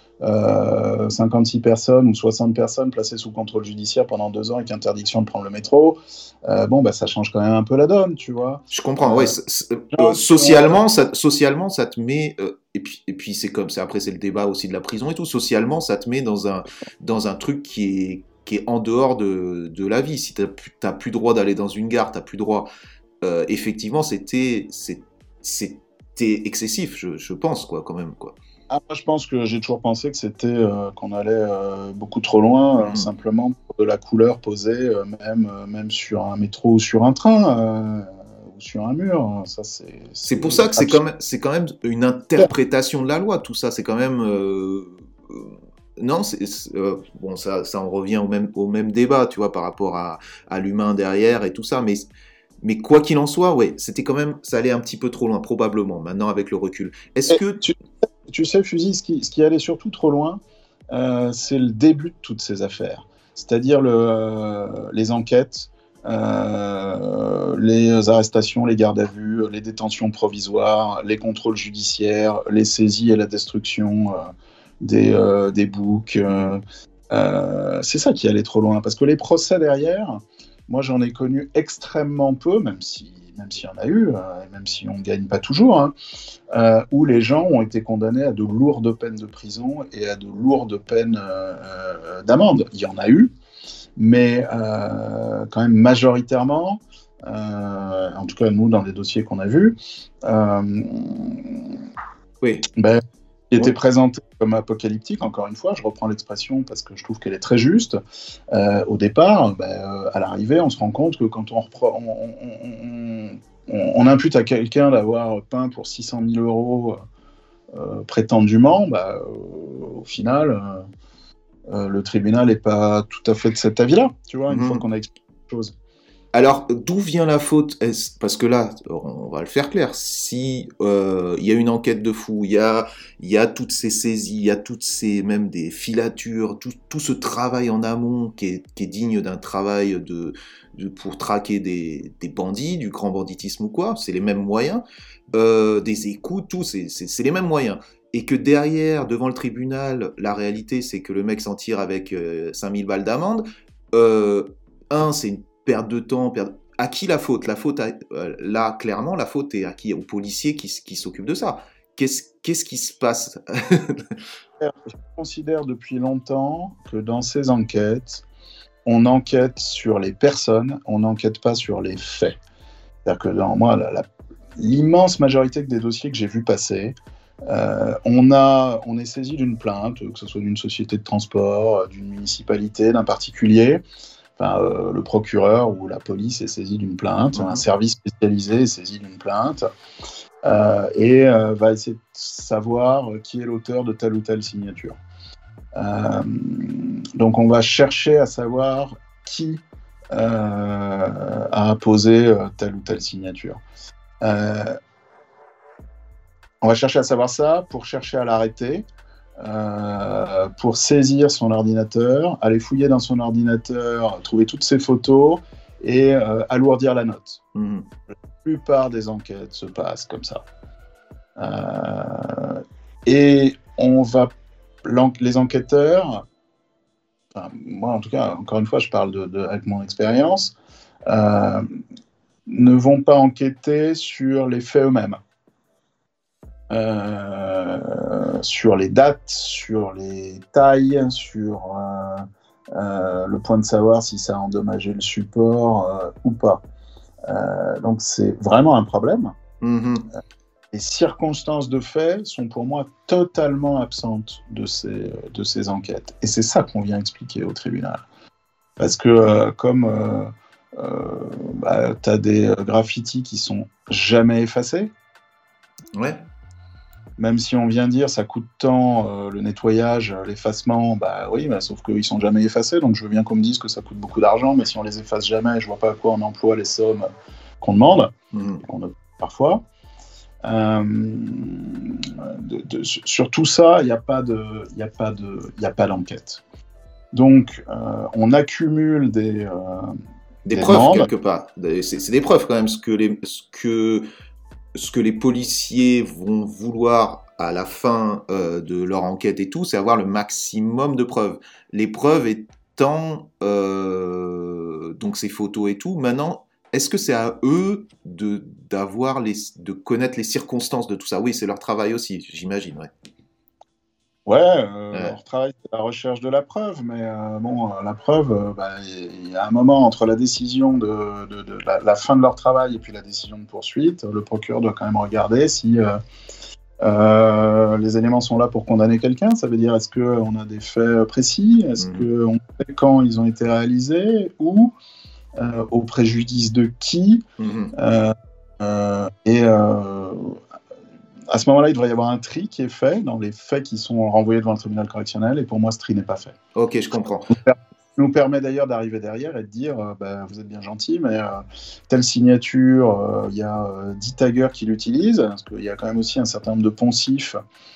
56 personnes ou 60 personnes placées sous contrôle judiciaire pendant 2 ans avec interdiction de prendre le métro, ça change quand même un peu la donne, tu vois. Je comprends, ouais. Socialement, ça te met... et puis c'est comme ça, après c'est le débat aussi de la prison et tout, socialement, ça te met dans un truc qui est en dehors de la vie. Si t'as plus droit d'aller dans une gare, t'as plus droit... effectivement, c'était excessif, je pense, quoi, quand même, quoi. Moi, je pense que j'ai toujours pensé que c'était qu'on allait beaucoup trop loin, simplement pour de la couleur posée, même sur un métro ou sur un train ou sur un mur. Ça, c'est pour ça que c'est quand même une interprétation de la loi, tout ça. C'est quand même non, bon, ça en revient au même débat, tu vois, par rapport à l'humain derrière et tout ça, mais quoi qu'il en soit, ouais, c'était quand même, ça allait un petit peu trop loin, probablement, maintenant avec le recul. Est-ce que... Tu sais, Fusil, ce qui allait surtout trop loin, c'est le début de toutes ces affaires. C'est-à-dire les enquêtes, les arrestations, les gardes à vue, les détentions provisoires, les contrôles judiciaires, les saisies et la destruction des boucs. C'est ça qui allait trop loin. Parce que les procès derrière... Moi, j'en ai connu extrêmement peu, même s'il y en a eu, même si on ne gagne pas toujours, où les gens ont été condamnés à de lourdes peines de prison et à de lourdes peines d'amende. Il y en a eu, mais quand même majoritairement, en tout cas nous, dans les dossiers qu'on a vus, oui. Qui était présenté comme apocalyptique, encore une fois, je reprends l'expression parce que je trouve qu'elle est très juste. Au départ, à l'arrivée, on se rend compte que quand on impute à quelqu'un d'avoir peint pour 600 000 euros prétendument, au final, le tribunal n'est pas tout à fait de cet avis-là, tu vois, une fois qu'on a expliqué les choses. Alors, d'où vient la faute ? Parce que là, on va le faire clair. Si il y a une enquête de fou, il y a toutes ces saisies, il y a toutes ces même des filatures, tout ce travail en amont qui est digne d'un travail pour traquer des bandits, du grand banditisme ou quoi. C'est les mêmes moyens, des écoutes, tout, c'est les mêmes moyens. Et que derrière, devant le tribunal, la réalité, c'est que le mec s'en tire avec 5000 balles d'amende. C'est une perte de temps, à qui la faute ? La faute, là, clairement, la faute est à qui ? Aux policiers qui s'occupent de ça. Qu'est-ce qui se passe ? Je considère depuis longtemps que dans ces enquêtes, on enquête sur les personnes, on n'enquête pas sur les faits. C'est-à-dire que dans moi, l'immense majorité des dossiers que j'ai vus passer, on est saisi d'une plainte, que ce soit d'une société de transport, d'une municipalité, d'un particulier. Le procureur ou la police est saisi d'une plainte, un service spécialisé est saisi d'une plainte, et va essayer de savoir qui est l'auteur de telle ou telle signature. Donc on va chercher à savoir qui a apposé telle ou telle signature. On va chercher à savoir ça pour chercher à l'arrêter. pour saisir son ordinateur, aller fouiller dans son ordinateur, trouver toutes ses photos et alourdir la note. La plupart des enquêtes se passent comme ça. Et les enquêteurs, enfin, moi en tout cas, encore une fois, je parle avec mon expérience, ne vont pas enquêter sur les faits eux-mêmes. Sur les dates, sur les tailles, sur le point de savoir si ça a endommagé le support ou pas. Donc c'est vraiment un problème. Les circonstances de fait sont pour moi totalement absentes de ces enquêtes. Et c'est ça qu'on vient expliquer au tribunal. Parce que comme tu as des graffitis qui sont jamais effacés, ouais. Même si on vient dire ça coûte tant le nettoyage, l'effacement, oui, sauf qu'ils sont jamais effacés, donc je veux bien qu'on me dise que ça coûte beaucoup d'argent, mais si on les efface jamais, je vois pas à quoi on emploie les sommes qu'on demande, qu'on a parfois. Sur tout ça, il n'y a pas d'enquête. Donc, on accumule des preuves demandes. Quelque part. C'est des preuves quand même, ce que les policiers vont vouloir à la fin de leur enquête et tout, c'est avoir le maximum de preuves. Les preuves étant donc ces photos et tout. Maintenant, est-ce que c'est à eux de connaître les circonstances de tout ça? Oui, c'est leur travail aussi, j'imagine. Leur travail, c'est la recherche de la preuve, mais la preuve, il y a un moment entre la décision de la fin de leur travail et puis la décision de poursuite, le procureur doit quand même regarder si les éléments sont là pour condamner quelqu'un. Ça veut dire, est-ce qu'on a des faits précis? Est-ce qu'on sait quand ils ont été réalisés? Ou au préjudice de qui? À ce moment-là, il devrait y avoir un tri qui est fait dans les faits qui sont renvoyés devant le tribunal correctionnel, et pour moi, ce tri n'est pas fait. Ok, je comprends. Ça nous permet d'ailleurs d'arriver derrière et de dire vous êtes bien gentil, mais telle signature, il y a 10 taggers qui l'utilisent, parce qu'il y a quand même aussi un certain nombre de poncifs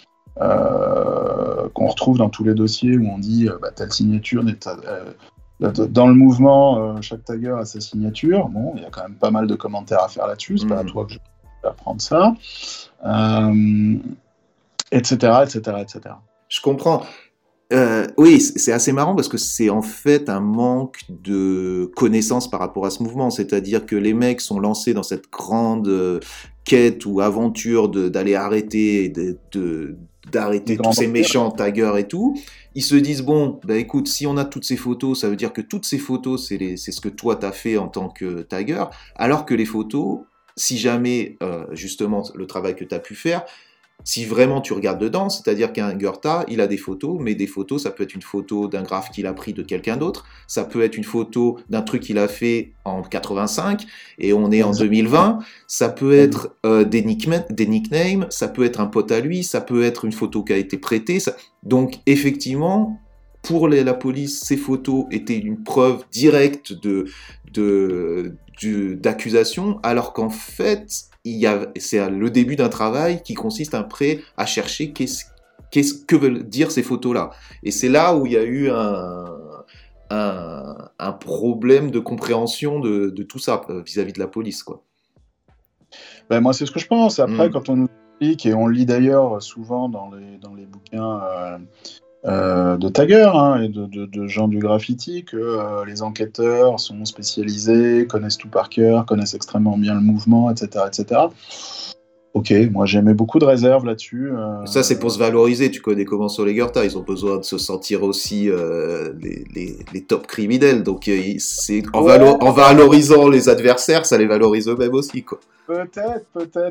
qu'on retrouve dans tous les dossiers où on dit telle signature n'est dans le mouvement, chaque tagger a sa signature. Bon, il y a quand même pas mal de commentaires à faire là-dessus, c'est pas à toi que je vais apprendre ça. Etc. Je comprends. Oui, c'est assez marrant parce que c'est en fait un manque de connaissances par rapport à ce mouvement. C'est-à-dire que les mecs sont lancés dans cette grande quête ou aventure d'aller arrêter, d'arrêter tous ces méchants taggers et tout. Ils se disent, bon, écoute, si on a toutes ces photos, ça veut dire que toutes ces photos, c'est ce que toi t'as fait en tant que tagger, alors que les photos, si jamais, justement, le travail que tu as pu faire, si vraiment tu regardes dedans, c'est-à-dire qu'un Goethe, il a des photos, mais des photos, ça peut être une photo d'un graphe qu'il a pris de quelqu'un d'autre, ça peut être une photo d'un truc qu'il a fait en 85, et on est en 2020, ça peut être des nicknames, ça peut être un pote à lui, ça peut être une photo qui a été prêtée. Donc, effectivement, pour la police, ces photos étaient une preuve directe d'accusation, alors qu'en fait, c'est le début d'un travail qui consiste après à chercher que veulent dire ces photos-là. Et c'est là où il y a eu un problème de compréhension de tout ça vis-à-vis de la police, quoi. Moi, c'est ce que je pense. Après, quand on nous explique, et on le lit d'ailleurs souvent dans les bouquins de taggers et de gens du graffiti, que les enquêteurs sont spécialisés, connaissent tout par cœur, connaissent extrêmement bien le mouvement, etc. Ok, moi j'aimais beaucoup de réserves là-dessus. Ça, c'est pour se valoriser. Tu connais comment sont les Goethe, ils ont besoin de se sentir aussi les top criminels. Donc, en valorisant les adversaires, ça les valorise eux-mêmes aussi, quoi. Peut-être,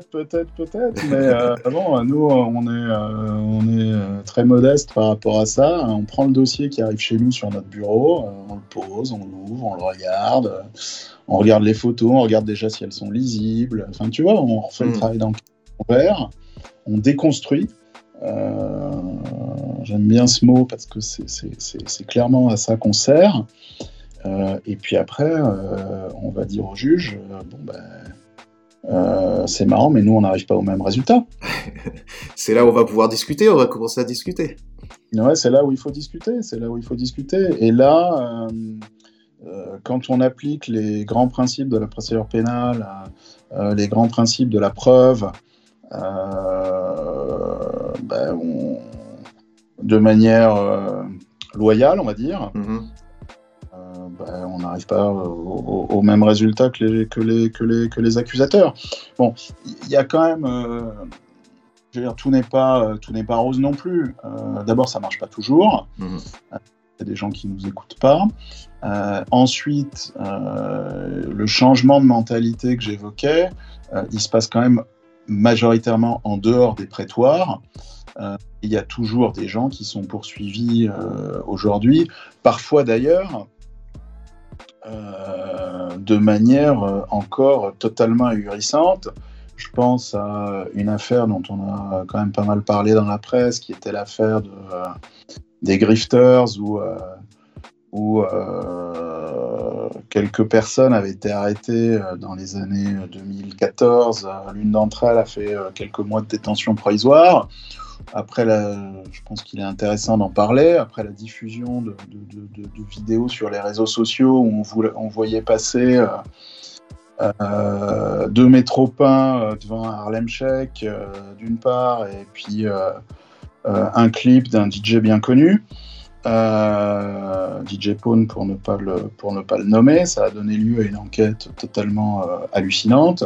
mais nous, on est très modeste par rapport à ça. On prend le dossier qui arrive chez nous sur notre bureau, on le pose, on l'ouvre, on le regarde, on regarde les photos, on regarde déjà si elles sont lisibles. Enfin, tu vois, on refait le travail d'enquête ouvert, on déconstruit. J'aime bien ce mot parce que c'est clairement à ça qu'on sert. Et puis après, on va dire au juge, C'est marrant, mais nous, on n'arrive pas au même résultat. C'est là où on va pouvoir discuter, on va commencer à discuter. Ouais, c'est là où il faut discuter. Et là, quand on applique les grands principes de la procédure pénale, les grands principes de la preuve, de manière loyale, on va dire, on n'arrive pas au même résultat que les accusateurs. Bon, il y a quand même... je veux dire, tout n'est pas rose non plus. D'abord, ça marche pas toujours. Il y a des gens qui nous écoutent pas. Ensuite, le changement de mentalité que j'évoquais, il se passe quand même majoritairement en dehors des prétoires. Il y a toujours des gens qui sont poursuivis aujourd'hui, parfois d'ailleurs de manière encore totalement ahurissante. Je pense à une affaire dont on a quand même pas mal parlé dans la presse, qui était l'affaire des grifters, où quelques personnes avaient été arrêtées dans les années 2014. L'une d'entre elles a fait quelques mois de détention provisoire. Après, je pense qu'il est intéressant d'en parler. Après la diffusion de vidéos sur les réseaux sociaux où on voyait passer... deux métropins devant un Harlem Shake d'une part, et puis un clip d'un DJ bien connu, DJ Pone pour ne pas le nommer. Ça a donné lieu à une enquête totalement hallucinante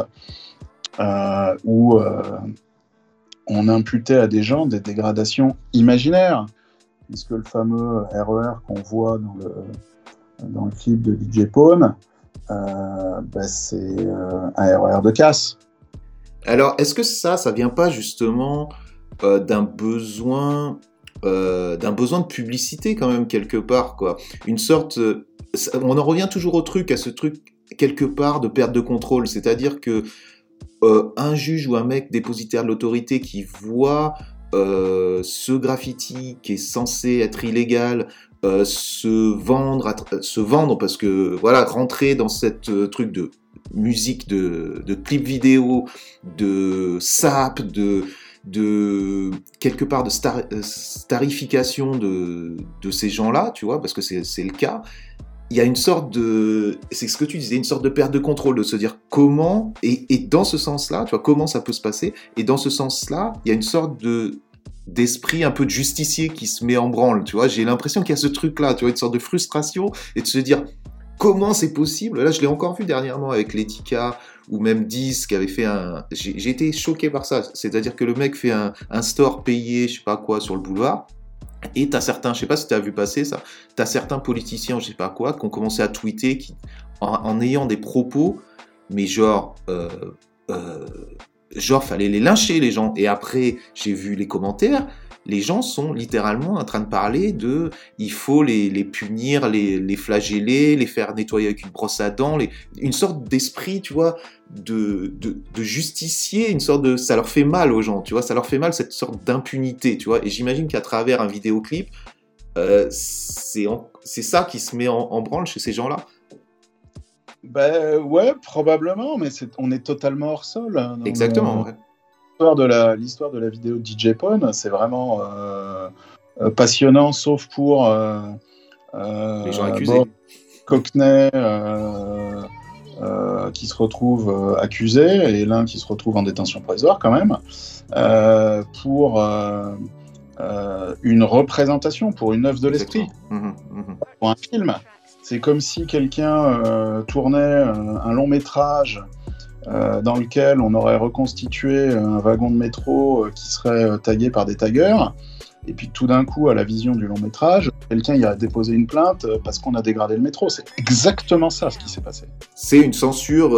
où on imputait à des gens des dégradations imaginaires, puisque le fameux RER qu'on voit dans le clip de DJ Pone, c'est un RER de casse. Alors, est-ce que ça vient pas justement d'un besoin de publicité quand même quelque part, quoi. Une sorte, on en revient toujours au truc, à ce truc quelque part de perte de contrôle, c'est-à-dire que un juge ou un mec dépositaire de l'autorité qui voit ce graffiti qui est censé être illégal se vendre parce que voilà, rentrer dans cette truc de musique, de clip vidéo, de sap, de quelque part de starification de ces gens-là, tu vois, parce que c'est le cas. Il y a une sorte de, c'est ce que tu disais, une sorte de perte de contrôle, de se dire comment, et dans ce sens-là, tu vois, comment ça peut se passer, et dans ce sens-là, il y a une sorte d'esprit un peu de justicier qui se met en branle, tu vois, j'ai l'impression qu'il y a ce truc-là, tu vois, une sorte de frustration, et de se dire, comment c'est possible? Là, je l'ai encore vu dernièrement avec Letika, ou même Diz, qui avait fait j'ai été choqué par ça, c'est-à-dire que le mec fait un store payé, je sais pas quoi, sur le boulevard, et t'as certains, je sais pas si t'as vu passer ça, t'as certains politiciens, je sais pas quoi, qui ont commencé à tweeter en ayant des propos, mais genre fallait les lyncher les gens. Et après, j'ai vu les commentaires, les gens sont littéralement en train de parler de, il faut les punir, les flageller, les faire nettoyer avec une brosse à dents, une sorte d'esprit, tu vois, de justicier, une sorte de, ça leur fait mal aux gens, tu vois, ça leur fait mal cette sorte d'impunité, tu vois. Et j'imagine qu'à travers un vidéoclip, c'est ça qui se met en branle chez ces gens-là. Ben ouais, probablement, mais on est totalement hors sol. Hein, exactement, ouais. L'histoire de la vidéo de DJ Pone, c'est vraiment passionnant, sauf pour les gens accusés. Cockney qui se retrouve accusé, et l'un qui se retrouve en détention provisoire quand même, pour une représentation, pour une œuvre de l'esprit, pour un film. C'est comme si quelqu'un tournait un long métrage dans lequel on aurait reconstitué un wagon de métro qui serait tagué par des taggeurs, et puis tout d'un coup, à la vision du long métrage, quelqu'un irait déposer une plainte parce qu'on a dégradé le métro. C'est exactement ça ce qui s'est passé. C'est une censure,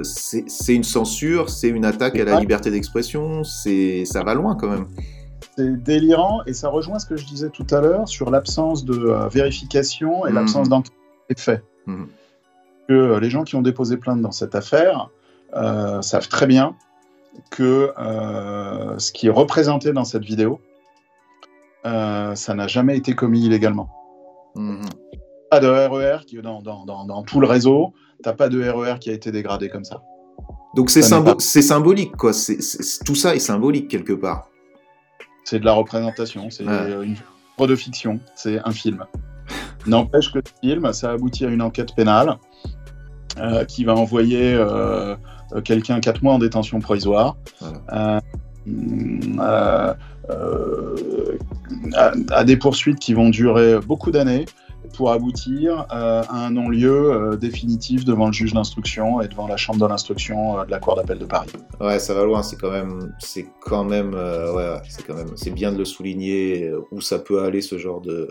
c'est une attaque à la liberté d'expression, ça va loin quand même. C'est délirant, et ça rejoint ce que je disais tout à l'heure sur l'absence de vérification et l'absence d'enquête des faits. Que les gens qui ont déposé plainte dans cette affaire savent très bien que ce qui est représenté dans cette vidéo, ça n'a jamais été commis illégalement. Pas de RER qui dans tout le réseau, t'as pas de RER qui a été dégradé comme ça. Donc c'est symbolique, quoi. Tout ça est symbolique quelque part. C'est de la représentation, c'est une œuvre de fiction, c'est un film. N'empêche que ce film, ça aboutit à une enquête pénale qui va envoyer quelqu'un 4 mois en détention provisoire. Voilà. À des poursuites qui vont durer beaucoup d'années pour aboutir à un non-lieu définitif devant le juge d'instruction et devant la chambre de l'instruction de la cour d'appel de Paris. Ouais, ça va loin, c'est bien de le souligner où ça peut aller ce genre de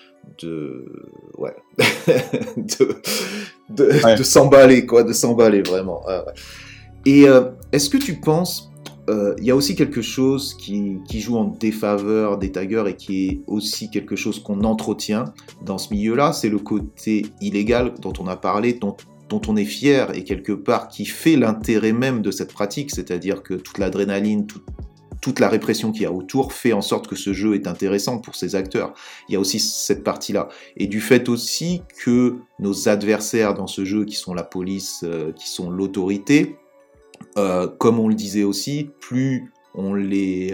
s'emballer, quoi, de s'emballer vraiment. Et est-ce que tu penses il y a aussi quelque chose qui joue en défaveur des taggers et qui est aussi quelque chose qu'on entretient dans ce milieu-là, c'est le côté illégal dont on a parlé, dont on est fier et quelque part qui fait l'intérêt même de cette pratique, c'est-à-dire que toute l'adrénaline, toute la répression qu'il y a autour fait en sorte que ce jeu est intéressant pour ses acteurs. Il y a aussi cette partie-là. Et du fait aussi que nos adversaires dans ce jeu, qui sont la police, qui sont l'autorité, comme on le disait aussi, plus on les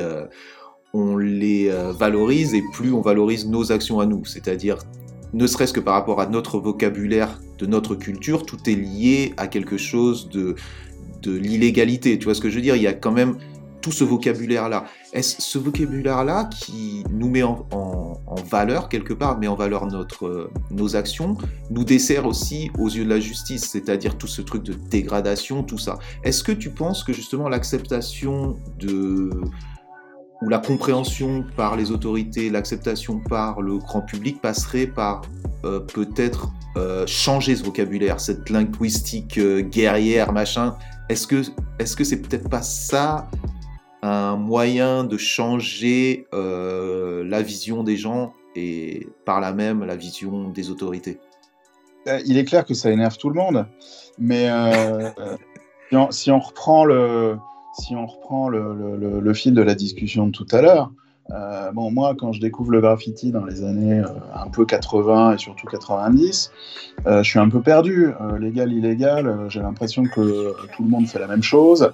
valorise et plus on valorise nos actions à nous. C'est-à-dire, ne serait-ce que par rapport à notre vocabulaire de notre culture, tout est lié à quelque chose de l'illégalité. Tu vois ce que je veux dire ? Il y a quand même tout ce vocabulaire-là. Est-ce ce vocabulaire-là qui nous met en valeur quelque part, met en valeur nos actions, nous dessert aussi aux yeux de la justice, c'est-à-dire tout ce truc de dégradation, tout ça. Est-ce que tu penses que justement l'acceptation ou la compréhension par les autorités, l'acceptation par le grand public passerait par peut-être changer ce vocabulaire, cette linguistique guerrière, machin. Est-ce que c'est peut-être pas ça un moyen de changer la vision des gens et par là même la vision des autorités? Il est clair que ça énerve tout le monde, mais si on reprend le fil de la discussion de tout à l'heure, moi, quand je découvre le graffiti dans les années un peu 80 et surtout 90, je suis un peu perdu. Légal, illégal, j'ai l'impression que tout le monde fait la même chose,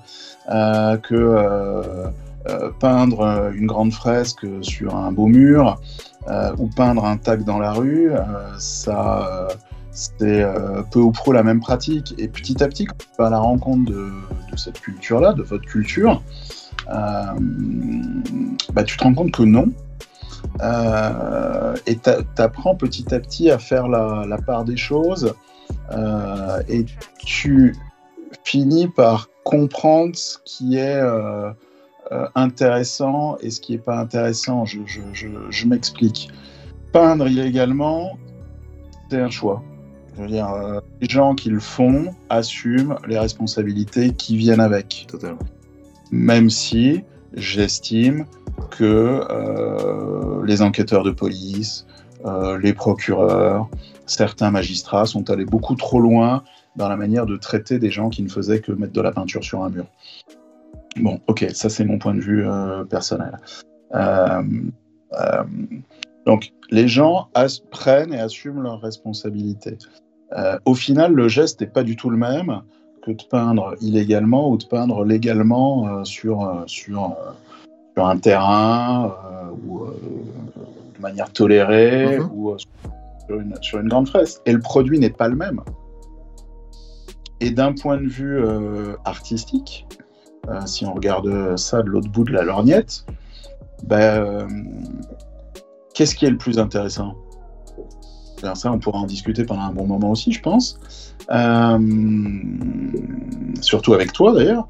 que peindre une grande fresque sur un beau mur ou peindre un tag dans la rue, c'est peu ou prou la même pratique. Et petit à petit, quand tu vas à la rencontre de cette culture-là, de votre culture, tu te rends compte que non. Et t'apprends petit à petit à faire la part des choses et tu finis par comprendre ce qui est intéressant et ce qui n'est pas intéressant. Je m'explique. Peindre illégalement, c'est un choix. Je veux dire, les gens qui le font assument les responsabilités qui viennent avec. Totalement. Même si j'estime que les enquêteurs de police, les procureurs, certains magistrats sont allés beaucoup trop loin dans la manière de traiter des gens qui ne faisaient que mettre de la peinture sur un mur. Bon, ok, ça c'est mon point de vue personnel. Donc, les gens prennent et assument leurs responsabilités. Au final, le geste n'est pas du tout le même que de peindre illégalement ou de peindre légalement sur un terrain ou de manière tolérée ou sur une grande fresque. Et le produit n'est pas le même. Et d'un point de vue artistique, si on regarde ça de l'autre bout de la lorgnette, qu'est-ce qui est le plus intéressant ? Alors ça, on pourra en discuter pendant un bon moment aussi, je pense. Surtout avec toi, d'ailleurs.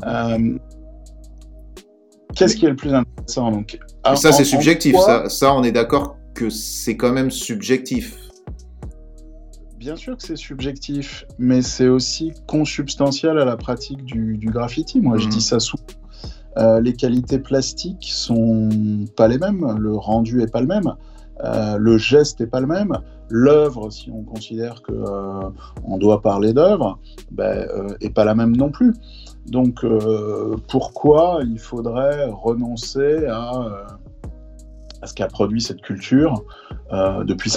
Qu'est-ce qui est le plus intéressant donc, ça, c'est subjectif. Ça, on est d'accord que c'est quand même subjectif. Bien sûr que c'est subjectif, mais c'est aussi consubstantiel à la pratique du graffiti. Moi, je dis ça souvent. Les qualités plastiques sont pas les mêmes, le rendu est pas le même, le geste est pas le même, l'œuvre, si on considère que on doit parler d'œuvre, est pas la même non plus. Donc pourquoi il faudrait renoncer à ce qu'a produit cette culture depuis 50 ans ?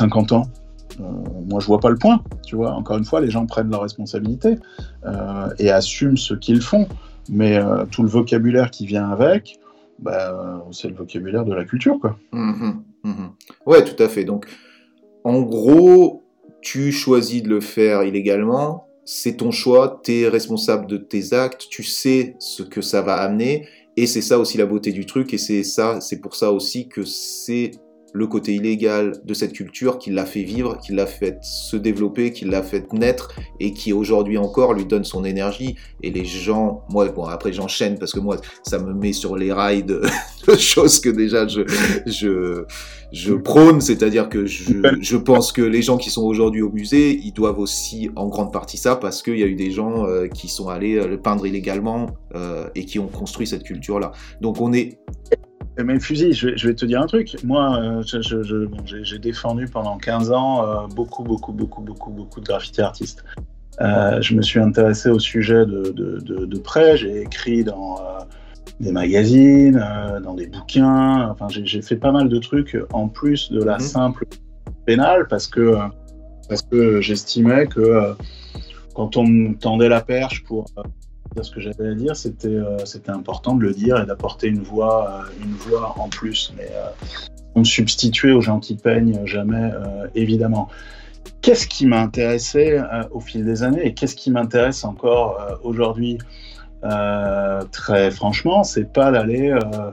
moi, je vois pas le point. Tu vois, encore une fois, les gens prennent leurs responsabilités et assument ce qu'ils font. Mais tout le vocabulaire qui vient avec, c'est le vocabulaire de la culture, quoi. Ouais, tout à fait. Donc, en gros, tu choisis de le faire illégalement, c'est ton choix, tu es responsable de tes actes, tu sais ce que ça va amener, et c'est ça aussi la beauté du truc, et c'est pour ça aussi que c'est le côté illégal de cette culture qui l'a fait vivre, qui l'a fait se développer, qui l'a fait naître, et qui aujourd'hui encore lui donne son énergie. Et les gens, moi, bon, après j'enchaîne parce que moi, ça me met sur les rails de choses que déjà je prône, c'est-à-dire que je pense que les gens qui sont aujourd'hui au musée, ils doivent aussi en grande partie ça, parce qu'il y a eu des gens qui sont allés le peindre illégalement et qui ont construit cette culture-là. Donc on est... Mais Fusil, je vais te dire un truc. Moi, j'ai défendu pendant 15 ans beaucoup de graffiti artistes. Je me suis intéressé au sujet de près. J'ai écrit dans des magazines, dans des bouquins. Enfin, j'ai fait pas mal de trucs en plus de la simple pénale parce que j'estimais que quand on me tendait la perche pour dire ce que j'avais à dire, c'était important de le dire et d'apporter une voix en plus. Mais on ne substituait aux gens qui peignent jamais, évidemment. Qu'est-ce qui m'a intéressé au fil des années et qu'est-ce qui m'intéresse encore aujourd'hui, très franchement, c'est pas d'aller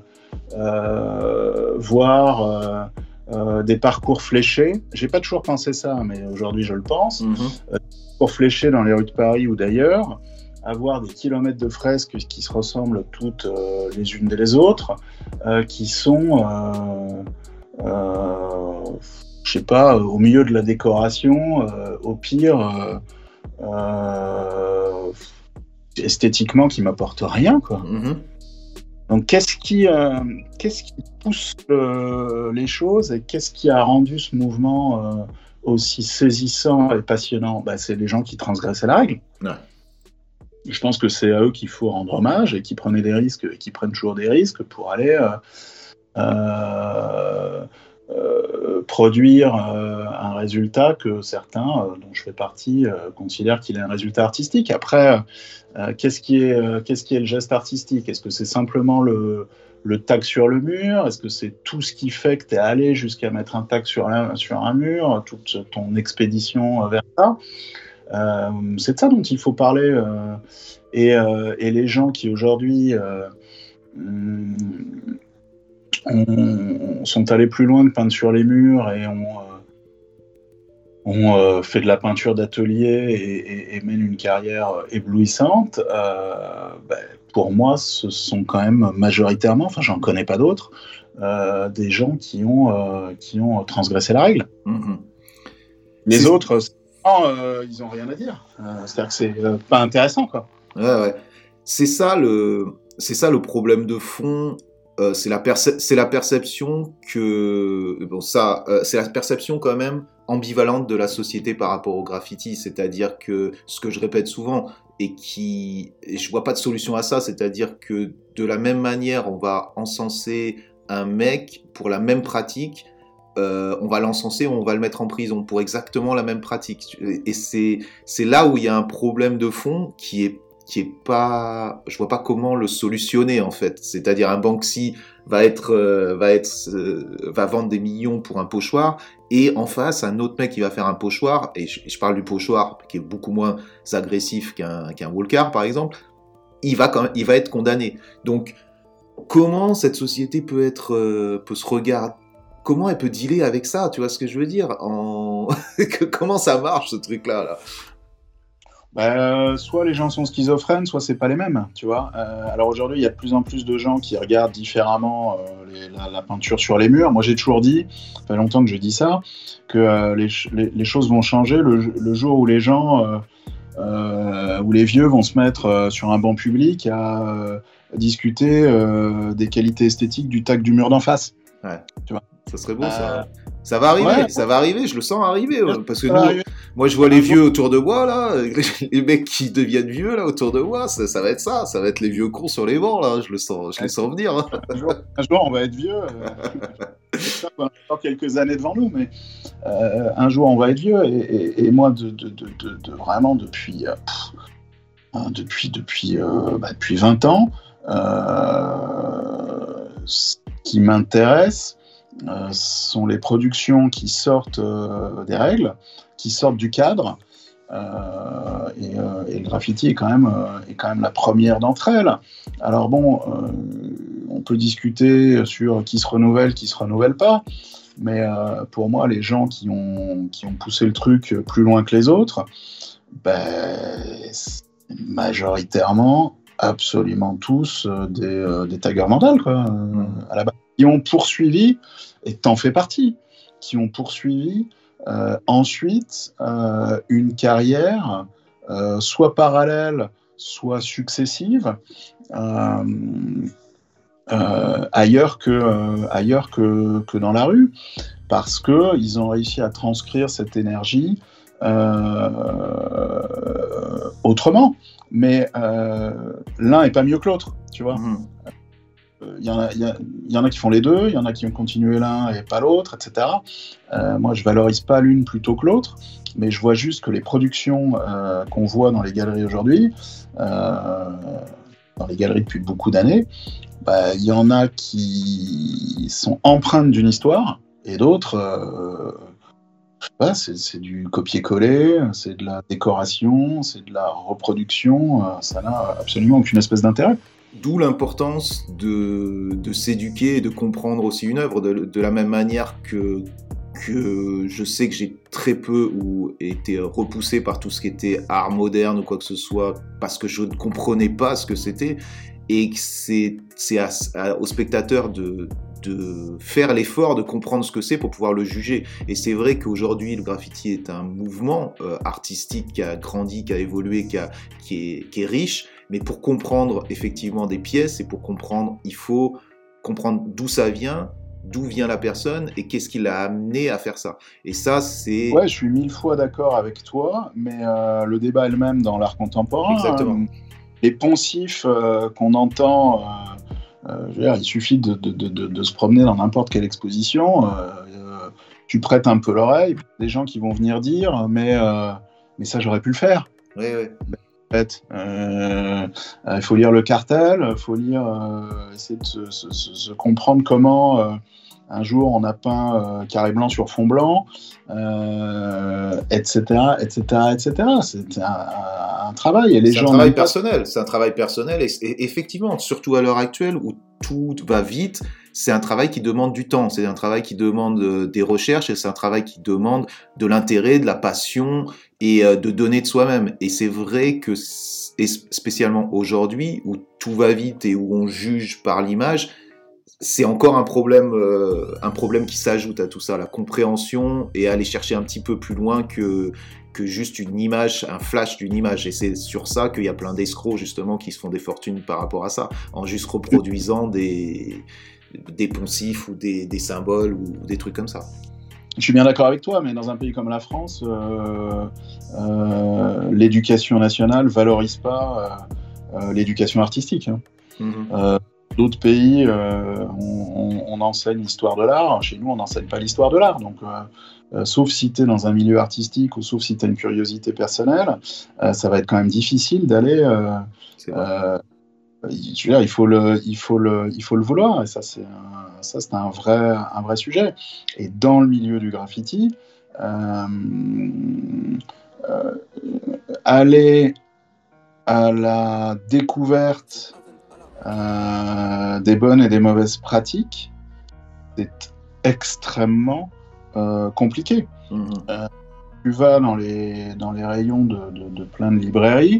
voir des parcours fléchés. J'ai pas toujours pensé ça, mais aujourd'hui je le pense. Parcours fléchés dans les rues de Paris ou d'ailleurs, avoir des kilomètres de fresques qui se ressemblent toutes les unes des autres, qui sont, je sais pas, au milieu de la décoration, au pire, esthétiquement, qui m'apportent rien, quoi. Donc, qu'est-ce qui pousse les choses et qu'est-ce qui a rendu ce mouvement aussi saisissant et passionnant? C'est les gens qui transgressaient la règle. Ouais. Je pense que c'est à eux qu'il faut rendre hommage et qui prenaient des risques et qui prennent toujours des risques pour aller produire un résultat que certains, dont je fais partie, considèrent qu'il est un résultat artistique. Après, qu'est-ce qui est le geste artistique? Est-ce que c'est simplement le tag sur le mur? Est-ce que c'est tout ce qui fait que tu es allé jusqu'à mettre un tag sur un mur, toute ton expédition vers ça? C'est de ça dont il faut parler, et les gens qui aujourd'hui sont allés plus loin de peindre sur les murs et ont fait de la peinture d'atelier et mènent une carrière éblouissante, pour moi ce sont quand même majoritairement, enfin j'en connais pas d'autres, des gens qui ont transgressé la règle. Les autres, ils ont rien à dire. C'est-à-dire que c'est pas intéressant, quoi. Ouais. C'est ça le problème de fond. C'est la perception que c'est la perception quand même ambivalente de la société par rapport au graffiti. C'est-à-dire que ce que je répète souvent et je vois pas de solution à ça. C'est-à-dire que de la même manière, on va encenser un mec pour la même pratique. On va l'encenser, on va le mettre en prison pour exactement la même pratique. Et c'est là où il y a un problème de fond qui est pas, je vois pas comment le solutionner en fait. C'est-à-dire un Banksy va vendre des millions pour un pochoir et en face un autre mec qui va faire un pochoir, et je parle du pochoir qui est beaucoup moins agressif qu'un Walker par exemple, il va être condamné. Donc comment cette société peut se regarder? Comment elle peut dealer avec ça? Tu vois ce que je veux dire? Comment ça marche, ce truc-là, là? Soit les gens sont schizophrènes, soit c'est pas les mêmes, tu vois. Alors aujourd'hui, il y a de plus en plus de gens qui regardent différemment la peinture sur les murs. Moi, j'ai toujours dit, ça fait longtemps que je dis ça, que les choses vont changer le jour où les gens, où les vieux vont se mettre sur un banc public à discuter des qualités esthétiques du tag du mur d'en face. Ouais. Tu vois. Ça serait beau, ça. Ça va arriver, ouais. Ça va arriver, je le sens arriver. Parce que moi, je vois les vieux autour de moi, là, les mecs qui deviennent vieux, là, autour de moi, ça va être ça. Ça va être les vieux cons sur les bancs, là, je les sens venir. Hein. Un jour, on va être vieux. J'espère qu'on a encore quelques années devant nous, mais un jour on va être vieux. Et moi, vraiment depuis 20 ans, ce qui m'intéresse sont les productions qui sortent des règles, qui sortent du cadre. Et le graffiti est quand même la première d'entre elles. Alors bon, on peut discuter sur qui se renouvelle pas, mais pour moi, les gens qui ont poussé le truc plus loin que les autres, c'est majoritairement, absolument tous des taggers mentales, quoi. À la base, qui ont poursuivi, et t'en fais partie, qui ont poursuivi ensuite une carrière soit parallèle, soit successive ailleurs que dans la rue, parce qu'ils ont réussi à transcrire cette énergie autrement. Mais l'un n'est pas mieux que l'autre, tu vois. Il y en a qui font les deux, il y en a qui ont continué l'un et pas l'autre, etc. Moi, je valorise pas l'une plutôt que l'autre, mais je vois juste que les productions qu'on voit dans les galeries aujourd'hui, dans les galeries depuis beaucoup d'années, il y en a qui sont empreintes d'une histoire, et d'autres, c'est du copier-coller, c'est de la décoration, c'est de la reproduction, ça n'a absolument aucune espèce d'intérêt. D'où l'importance de s'éduquer et de comprendre aussi une œuvre, de la même manière que je sais que j'ai très peu été repoussé par tout ce qui était art moderne ou quoi que ce soit, parce que je ne comprenais pas ce que c'était, et que c'est aux spectateurs de faire l'effort de comprendre ce que c'est pour pouvoir le juger. Et c'est vrai qu'aujourd'hui, le graffiti est un mouvement artistique qui a grandi, qui a évolué, qui est riche, mais pour comprendre effectivement des pièces et pour comprendre, il faut comprendre d'où ça vient, d'où vient la personne et qu'est-ce qui l'a amené à faire ça. Et ça, c'est... Ouais, je suis 1000 fois d'accord avec toi, mais le débat est le même dans l'art contemporain. Exactement. Les poncifs qu'on entend... je veux dire, il suffit de se promener dans n'importe quelle exposition, tu prêtes un peu l'oreille, des gens qui vont venir dire mais ça j'aurais pu le faire. Oui. Il faut lire le cartel, il faut essayer de se comprendre comment un jour on a peint carré blanc sur fond blanc, etc. C'est un travail. Et les gens c'est un travail personnel et effectivement, surtout à l'heure actuelle où tout va vite, c'est un travail qui demande du temps, c'est un travail qui demande des recherches et c'est un travail qui demande de l'intérêt, de la passion et de donner de soi-même. Et c'est vrai que, et spécialement aujourd'hui où tout va vite et où on juge par l'image, c'est encore un problème qui s'ajoute à tout ça, la compréhension et aller chercher un petit peu plus loin que juste une image, un flash d'une image. Et c'est sur ça qu'il y a plein d'escrocs justement qui se font des fortunes par rapport à ça, en juste reproduisant des poncifs ou des symboles ou des trucs comme ça. Je suis bien d'accord avec toi, mais dans un pays comme la France, l'éducation nationale valorise pas l'éducation artistique. D'autres pays, on enseigne l'histoire de l'art. Chez nous, on n'enseigne pas l'histoire de l'art. Donc, sauf si tu es dans un milieu artistique ou sauf si tu as une curiosité personnelle, ça va être quand même difficile d'aller... je veux dire, il faut le vouloir. Et ça, c'est un vrai sujet. Et dans le milieu du graffiti, aller à la découverte des bonnes et des mauvaises pratiques, c'est extrêmement compliqué. Tu vas dans les rayons de plein de librairies,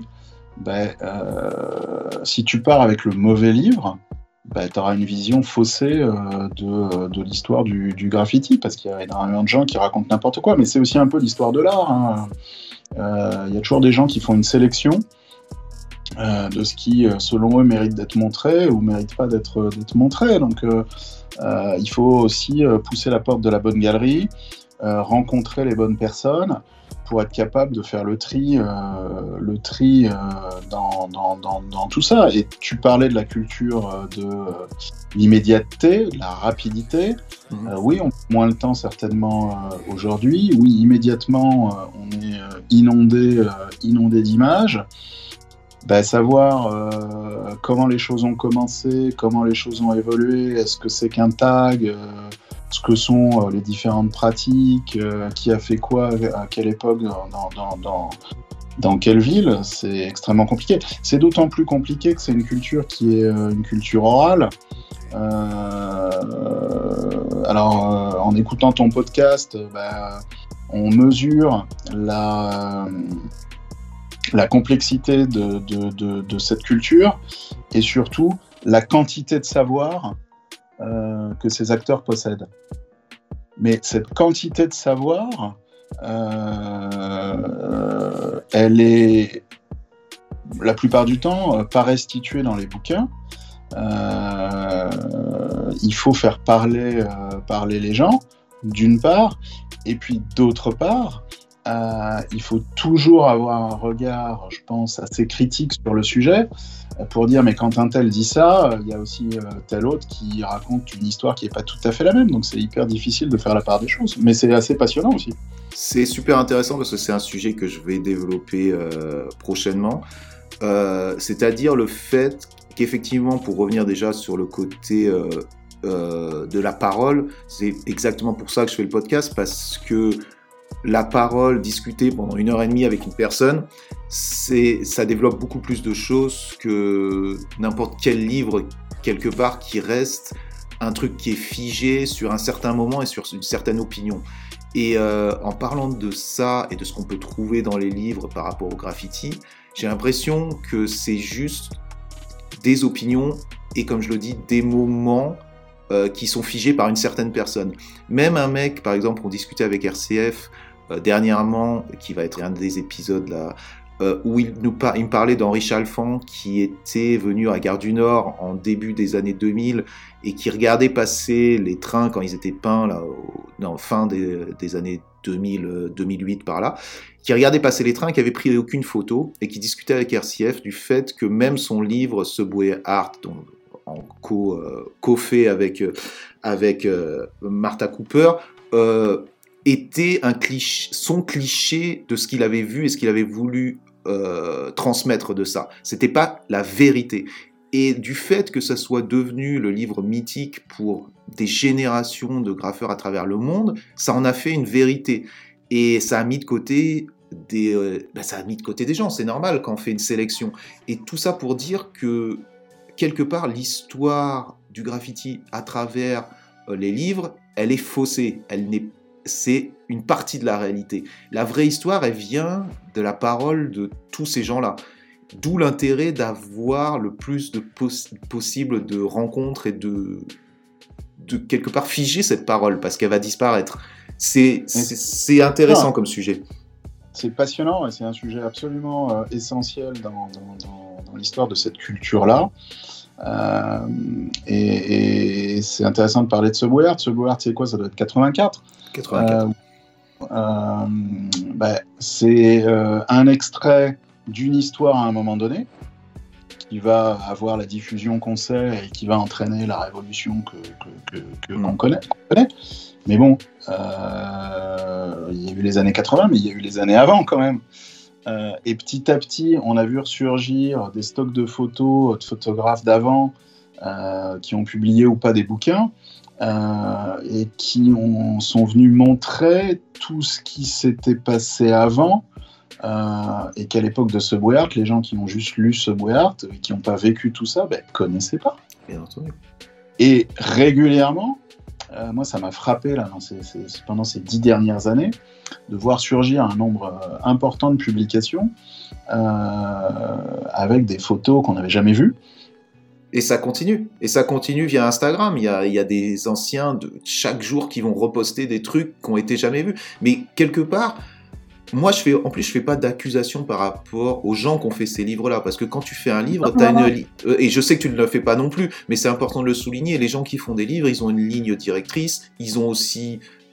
si tu pars avec le mauvais livre, tu auras une vision faussée de l'histoire du graffiti, parce qu'il y a énormément de gens qui racontent n'importe quoi, mais c'est aussi un peu l'histoire de l'art. Il y a toujours des gens qui font une sélection de ce qui, selon eux, mérite d'être montré ou mérite pas d'être montré. Donc, il faut aussi pousser la porte de la bonne galerie, rencontrer les bonnes personnes, pour être capable de faire le tri dans tout ça. Et tu parlais de la culture de l'immédiateté, de la rapidité. Oui, on a moins le temps certainement aujourd'hui. Oui, immédiatement, on est inondé d'images. Savoir comment les choses ont commencé, comment les choses ont évolué, est-ce que c'est qu'un tag, ce que sont les différentes pratiques, qui a fait quoi, à quelle époque, dans quelle ville, c'est extrêmement compliqué. C'est d'autant plus compliqué que c'est une culture qui est une culture orale. En écoutant ton podcast, on mesure la complexité de cette culture et surtout la quantité de savoir que ces acteurs possèdent. Mais cette quantité de savoir, elle est la plupart du temps pas restituée dans les bouquins. Il faut faire parler les gens, d'une part, et puis d'autre part, il faut toujours avoir un regard, je pense, assez critique sur le sujet pour dire mais quand un tel dit ça, il y a aussi tel autre qui raconte une histoire qui n'est pas tout à fait la même, donc c'est hyper difficile de faire la part des choses, mais c'est assez passionnant aussi. C'est super intéressant parce que c'est un sujet que je vais développer prochainement, c'est-à-dire le fait qu'effectivement, pour revenir déjà sur le côté de la parole, c'est exactement pour ça que je fais le podcast, parce que la parole, discuter pendant 1h30 avec une personne, ça développe beaucoup plus de choses que n'importe quel livre, quelque part, qui reste un truc qui est figé sur un certain moment et sur une certaine opinion. Et en parlant de ça et de ce qu'on peut trouver dans les livres par rapport au graffiti, j'ai l'impression que c'est juste des opinions et, comme je le dis, des moments qui sont figés par une certaine personne. Même un mec, par exemple, on discutait avec RCF dernièrement, qui va être un des épisodes là, où il me parlait d'Henri Chalfant, qui était venu à Gare du Nord en début des années 2000 et qui regardait passer les trains quand ils étaient peints là, fin des années 2000, 2008 par là, qui regardait passer les trains, qui avait pris aucune photo et qui discutait avec RCF du fait que même son livre Subway Art, en co-fait avec Martha Cooper, était son cliché de ce qu'il avait vu et ce qu'il avait voulu transmettre de ça. C'était pas la vérité. Et du fait que ça soit devenu le livre mythique pour des générations de graffeurs à travers le monde, ça en a fait une vérité. Et ça a mis de côté des gens, c'est normal quand on fait une sélection. Et tout ça pour dire que, quelque part, l'histoire du graffiti à travers les livres, elle est faussée. C'est une partie de la réalité. La vraie histoire, elle vient de la parole de tous ces gens-là. D'où l'intérêt d'avoir le plus possible de rencontres et de quelque part figer cette parole, parce qu'elle va disparaître. C'est intéressant comme sujet. C'est passionnant et c'est un sujet absolument essentiel dans l'histoire de cette culture-là. Et c'est intéressant de parler de Subway Art. Subway Art, c'est quoi? Ça doit être 84. 84. C'est un extrait d'une histoire à un moment donné qui va avoir la diffusion qu'on sait et qui va entraîner la révolution que l'on connaît. Mais bon, il y a eu les années 80, mais il y a eu les années avant quand même. Et petit à petit, on a vu ressurgir des stocks de photos de photographes d'avant qui ont publié ou pas des bouquins et qui sont venus montrer tout ce qui s'était passé avant et qu'à l'époque de Subway Art, les gens qui ont juste lu Subway Art et qui n'ont pas vécu tout ça, connaissaient pas. Bien entendu. Et régulièrement, moi ça m'a frappé là, pendant ces 10 dernières années, de voir surgir un nombre important de publications avec des photos qu'on n'avait jamais vues. Et ça continue via Instagram. Il y a des anciens de chaque jour qui vont reposter des trucs qui ont été jamais vus. Mais quelque part, moi je fais pas d'accusation par rapport aux gens qui ont fait ces livres-là, parce que quand tu fais un livre, et je sais que tu ne le fais pas non plus, mais c'est important de le souligner. Les gens qui font des livres, ils ont une ligne directrice, ils ont aussi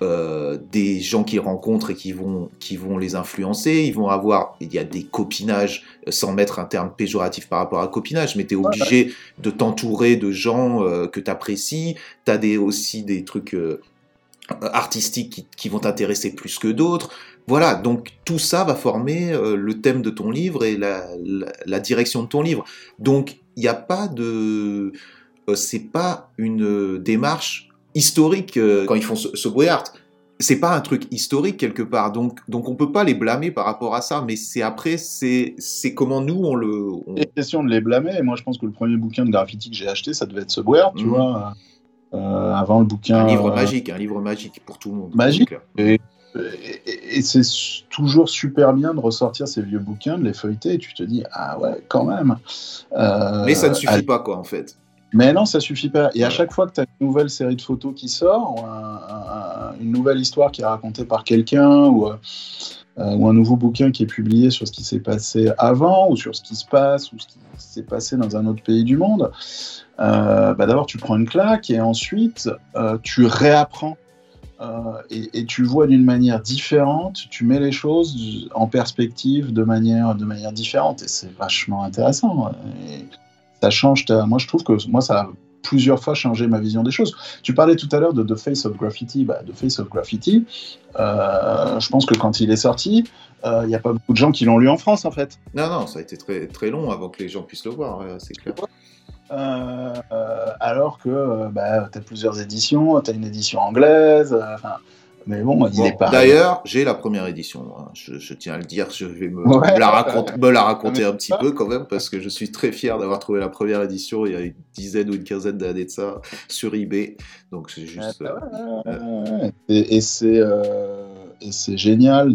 des gens qu'ils rencontrent et qui vont les influencer. Il y a des copinages, sans mettre un terme péjoratif par rapport à copinage, mais tu es obligé de t'entourer de gens que tu apprécies. Tu as aussi des trucs artistiques qui vont t'intéresser plus que d'autres. Voilà, donc tout ça va former le thème de ton livre et la direction de ton livre. Donc il n'y a pas de... c'est pas une démarche historique quand ils font Subway Art. C'est pas un truc historique quelque part, donc on peut pas les blâmer par rapport à ça, mais c'est comment nous on le... C'est question de les blâmer, et moi je pense que le premier bouquin de graffiti que j'ai acheté, ça devait être Subway Art, tu vois, avant le bouquin... Un livre magique pour tout le monde. Magique, et c'est toujours super bien de ressortir ces vieux bouquins, de les feuilleter, et tu te dis, ah ouais, quand même. Mais ça ne suffit pas, quoi, en fait. Mais non, ça suffit pas. Et à chaque fois que tu as une nouvelle série de photos qui sort, ou une nouvelle histoire qui est racontée par quelqu'un, ou un nouveau bouquin qui est publié sur ce qui s'est passé avant, ou sur ce qui se passe, ou ce qui s'est passé dans un autre pays du monde, d'abord tu prends une claque, et ensuite tu réapprends. Et tu vois d'une manière différente, tu mets les choses en perspective de manière différente, et c'est vachement intéressant. Et ça change. Moi, je trouve que ça a plusieurs fois changé ma vision des choses. Tu parlais tout à l'heure de The Face of Graffiti. The Face of Graffiti, je pense que quand il est sorti, il n'y a pas beaucoup de gens qui l'ont lu en France, en fait. Non, ça a été très, très long avant que les gens puissent le voir, c'est clair. Alors que tu as plusieurs éditions, tu as une édition anglaise, mais bon, il n'est pas... D'ailleurs, j'ai la première édition, hein. Je tiens à le dire, je vais me la raconter un petit peu quand même, parce que je suis très fier d'avoir trouvé la première édition il y a une dizaine ou une quinzaine d'années de ça, sur eBay, donc c'est juste... Et c'est génial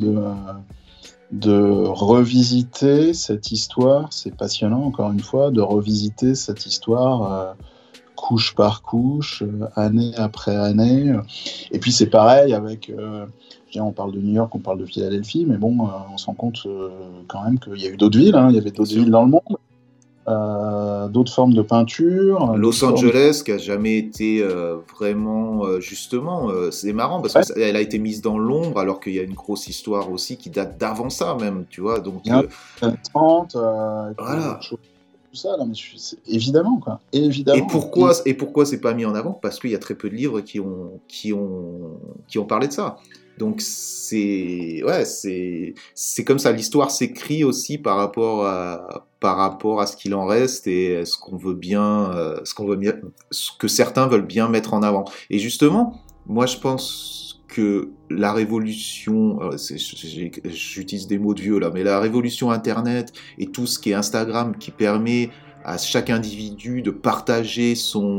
de revisiter cette histoire, c'est passionnant encore une fois, de revisiter cette histoire couche par couche, année après année. Et puis c'est pareil avec, on parle de New York, on parle de Philadelphie, mais bon, on se rend compte quand même qu'il y a eu d'autres villes, il y avait d'autres villes dans le monde, d'autres formes de peinture. Los Angeles, qui a jamais été vraiment, justement, c'est marrant parce qu'elle a été mise dans l'ombre alors qu'il y a une grosse histoire aussi qui date d'avant ça même, tu vois. Donc 30, voilà. Ça, là, mais évidemment, quoi. Évidemment. Et pourquoi c'est pas mis en avant ? Parce qu'il y a très peu de livres qui ont parlé de ça. Donc c'est comme ça. L'histoire s'écrit aussi par rapport à ce qu'il en reste et ce qu'on veut bien, ce que certains veulent bien mettre en avant. Et justement, moi je pense que la révolution, j'utilise des mots de vieux là, mais la révolution Internet et tout ce qui est Instagram qui permet à chaque individu de partager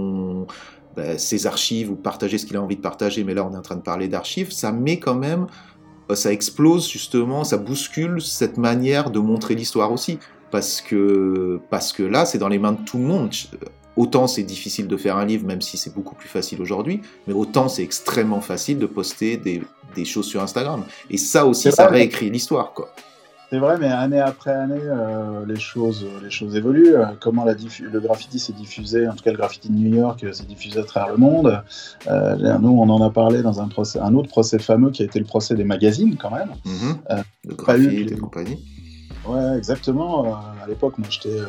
ses archives ou partager ce qu'il a envie de partager, mais là on est en train de parler d'archives, ça met quand même, ça explose justement, ça bouscule cette manière de montrer l'histoire aussi, parce que là c'est dans les mains de tout le monde. Autant c'est difficile de faire un livre, même si c'est beaucoup plus facile aujourd'hui, mais autant c'est extrêmement facile de poster des choses sur Instagram. Et ça aussi, ça réécrit l'histoire, quoi. C'est vrai, mais année après année, les choses évoluent. Comment le graffiti s'est diffusé, en tout cas le graffiti de New York s'est diffusé à travers le monde. Nous, on en a parlé dans un autre procès fameux qui a été le procès des magazines, quand même. Le graffiti et compagnie. Ouais, exactement. À l'époque, moi, j'étais...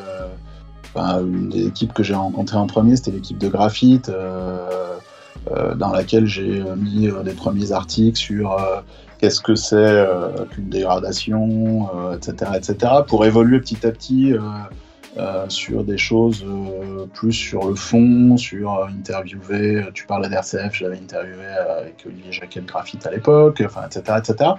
une des équipes que j'ai rencontrées en premier, c'était l'équipe de graphite, dans laquelle j'ai mis des premiers articles sur qu'est-ce que c'est qu'une dégradation, etc., pour évoluer petit à petit sur des choses plus sur le fond, sur interviewer. Tu parlais d'RCF, je l'avais interviewé avec Olivier Jacquet de Graphite à l'époque, etc.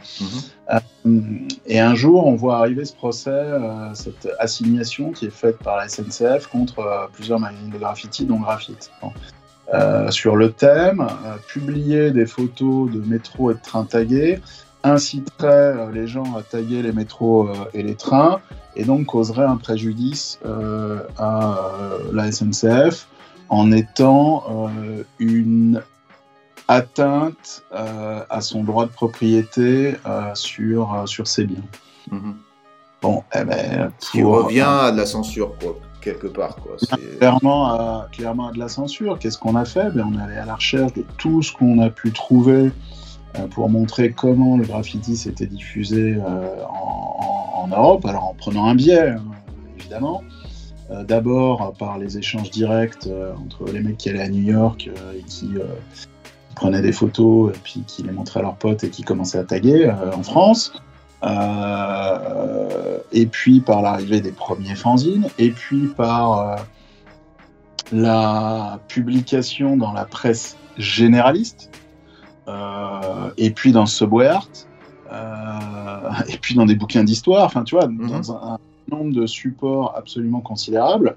Et un jour, on voit arriver ce procès, cette assignation qui est faite par la SNCF contre plusieurs magazines de graffiti, dont Graphite. Sur le thème, publier des photos de métro et de trains tagués inciterait les gens à taguer les métros et les trains, et donc causerait un préjudice à la SNCF en étant une atteinte à son droit de propriété sur ses biens. Bon, qui revient à de la censure, quoi, quelque part, quoi. Clairement à de la censure. Qu'est-ce qu'on a fait ? On est allé à la recherche de tout ce qu'on a pu trouver pour montrer comment le graffiti s'était diffusé en Europe, alors en prenant un biais, évidemment. D'abord par les échanges directs entre les mecs qui allaient à New York et qui prenaient des photos et puis qui les montraient à leurs potes et qui commençaient à taguer en France. Et puis par l'arrivée des premiers fanzines, et puis par la publication dans la presse généraliste, et puis dans Subway Art, et puis dans des bouquins d'histoire, enfin tu vois, dans un nombre de supports absolument considérable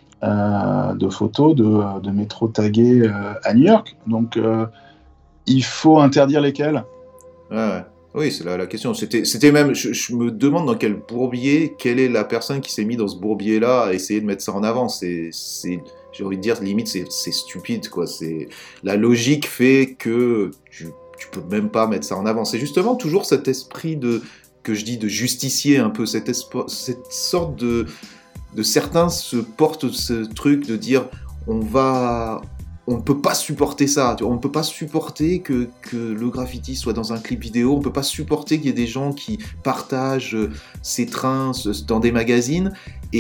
de photos de métro tagués à New York. Donc il faut interdire lesquels ? Ouais. Oui, c'est la question. C'était même, je me demande dans quel bourbier, quelle est la personne qui s'est mise dans ce bourbier-là à essayer de mettre ça en avant. J'ai envie de dire, limite, c'est stupide, quoi. La logique fait que tu peux même pas mettre ça en avant. C'est justement toujours cet esprit que je dis de justicier un peu, cette sorte de certains se portent ce truc de dire on ne peut pas supporter ça, on ne peut pas supporter que le graffiti soit dans un clip vidéo, on ne peut pas supporter qu'il y ait des gens qui partagent ces trains dans des magazines,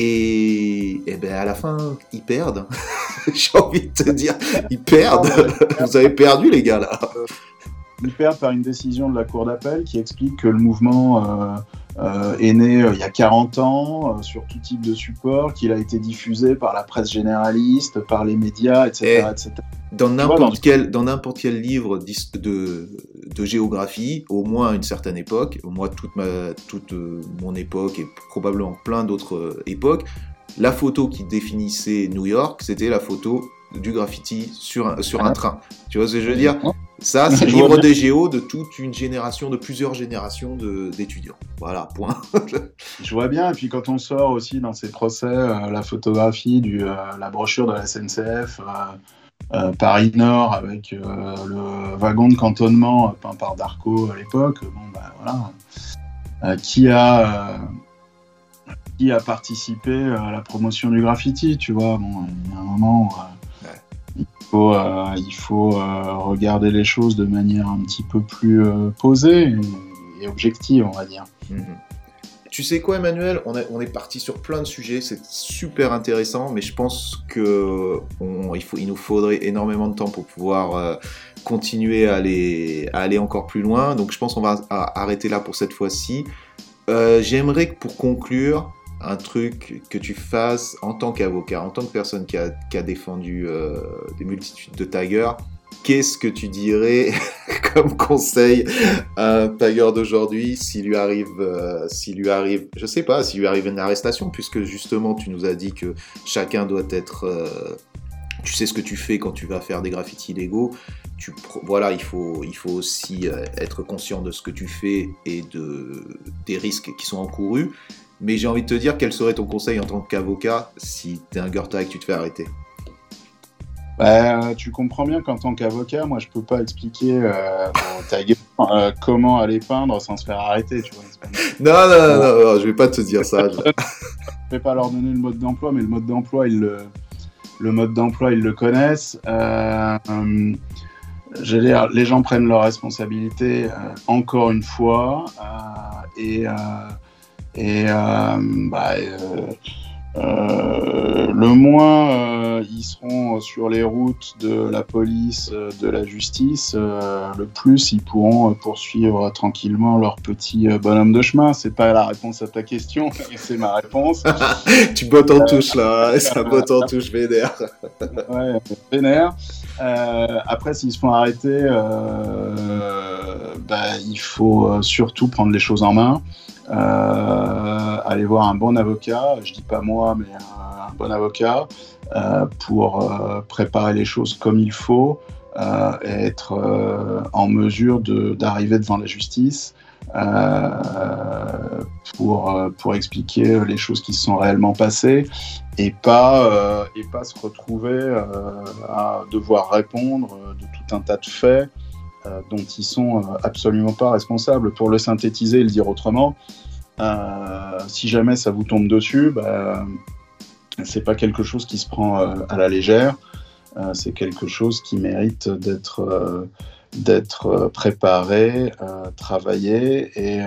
et ben à la fin, ils perdent. J'ai envie de te dire, ils perdent. Vous avez perdu, les gars, là. Ils perdent par une décision de la Cour d'appel qui explique que le mouvement est né il y a 40 ans, sur tout type de support, qu'il a été diffusé par la presse généraliste, par les médias, etc. etc. Dans n'importe quel livre de géographie, au moins à une certaine époque, moi toute mon époque et probablement plein d'autres époques, la photo qui définissait New York, c'était la photo du graffiti sur un train. Tu vois ce que je veux dire ? Ça, c'est le livre des géos de toute une génération, de plusieurs générations d'étudiants. Voilà, point. Je vois bien, et puis quand on sort aussi dans ces procès, la photographie la brochure de la SNCF, Paris Nord, avec le wagon de cantonnement peint par Darco à l'époque, voilà. Qui a participé à la promotion du graffiti, tu vois. Bon, il y a un moment il faut regarder les choses de manière un petit peu plus posée et objective, on va dire. Tu sais quoi, Emmanuel, on est parti sur plein de sujets, c'est super intéressant, mais je pense il nous faudrait énormément de temps pour pouvoir continuer à aller encore plus loin. Donc je pense qu'on va arrêter là pour cette fois-ci. J'aimerais que pour conclure, un truc que tu fasses en tant qu'avocat, en tant que personne qui a défendu des multitudes de taggers, qu'est-ce que tu dirais comme conseil à un tagger d'aujourd'hui s'il lui arrive, je sais pas, s'il lui arrive une arrestation, puisque justement tu nous as dit que chacun doit être, tu sais ce que tu fais quand tu vas faire des graffitis illégaux, voilà, il faut aussi être conscient de ce que tu fais et des risques qui sont encourus. Mais j'ai envie de te dire, quel serait ton conseil en tant qu'avocat si t'es un girl tag, tu te fais arrêter ? Tu comprends bien qu'en tant qu'avocat, moi je peux pas expliquer aux taggers comment aller peindre sans se faire arrêter, tu vois. Non, je vais pas te dire ça. Je vais pas leur donner le mode d'emploi, mais le mode d'emploi, ils le connaissent. Je veux dire, les gens prennent leurs responsabilités encore une fois le moins ils seront sur les routes de la police, de la justice, le plus ils pourront poursuivre tranquillement leur petit bonhomme de chemin. C'est pas la réponse à ta question, c'est ma réponse. Tu bottes en touche là, ça botte en touche, vénère. Ouais, vénère. Après, s'ils se font arrêter, il faut surtout prendre les choses en main. Aller voir un bon avocat, je dis pas moi, mais un bon avocat, pour préparer les choses comme il faut et être en mesure d'arriver devant la justice pour expliquer les choses qui se sont réellement passées et pas se retrouver à devoir répondre de tout un tas de faits dont ils sont absolument pas responsables. Pour le synthétiser et le dire autrement, si jamais ça vous tombe dessus, c'est pas quelque chose qui se prend à la légère, c'est quelque chose qui mérite d'être d'être préparé, travaillé, et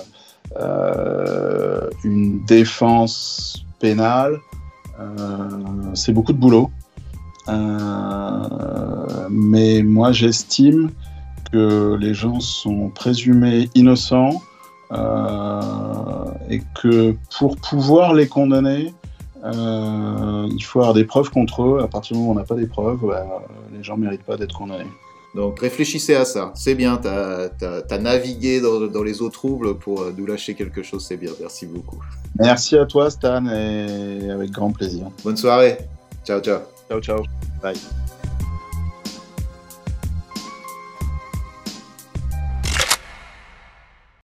une défense pénale, c'est beaucoup de boulot. Mais moi, j'estime que les gens sont présumés innocents et que pour pouvoir les condamner, il faut avoir des preuves contre eux. À partir du moment où on n'a pas des preuves, les gens ne méritent pas d'être condamnés. Donc réfléchissez à ça, c'est bien, t'as navigué dans les eaux troubles pour nous lâcher quelque chose, c'est bien, merci beaucoup. Merci à toi Stan, et avec grand plaisir. Bonne soirée, ciao ciao. Ciao ciao, bye.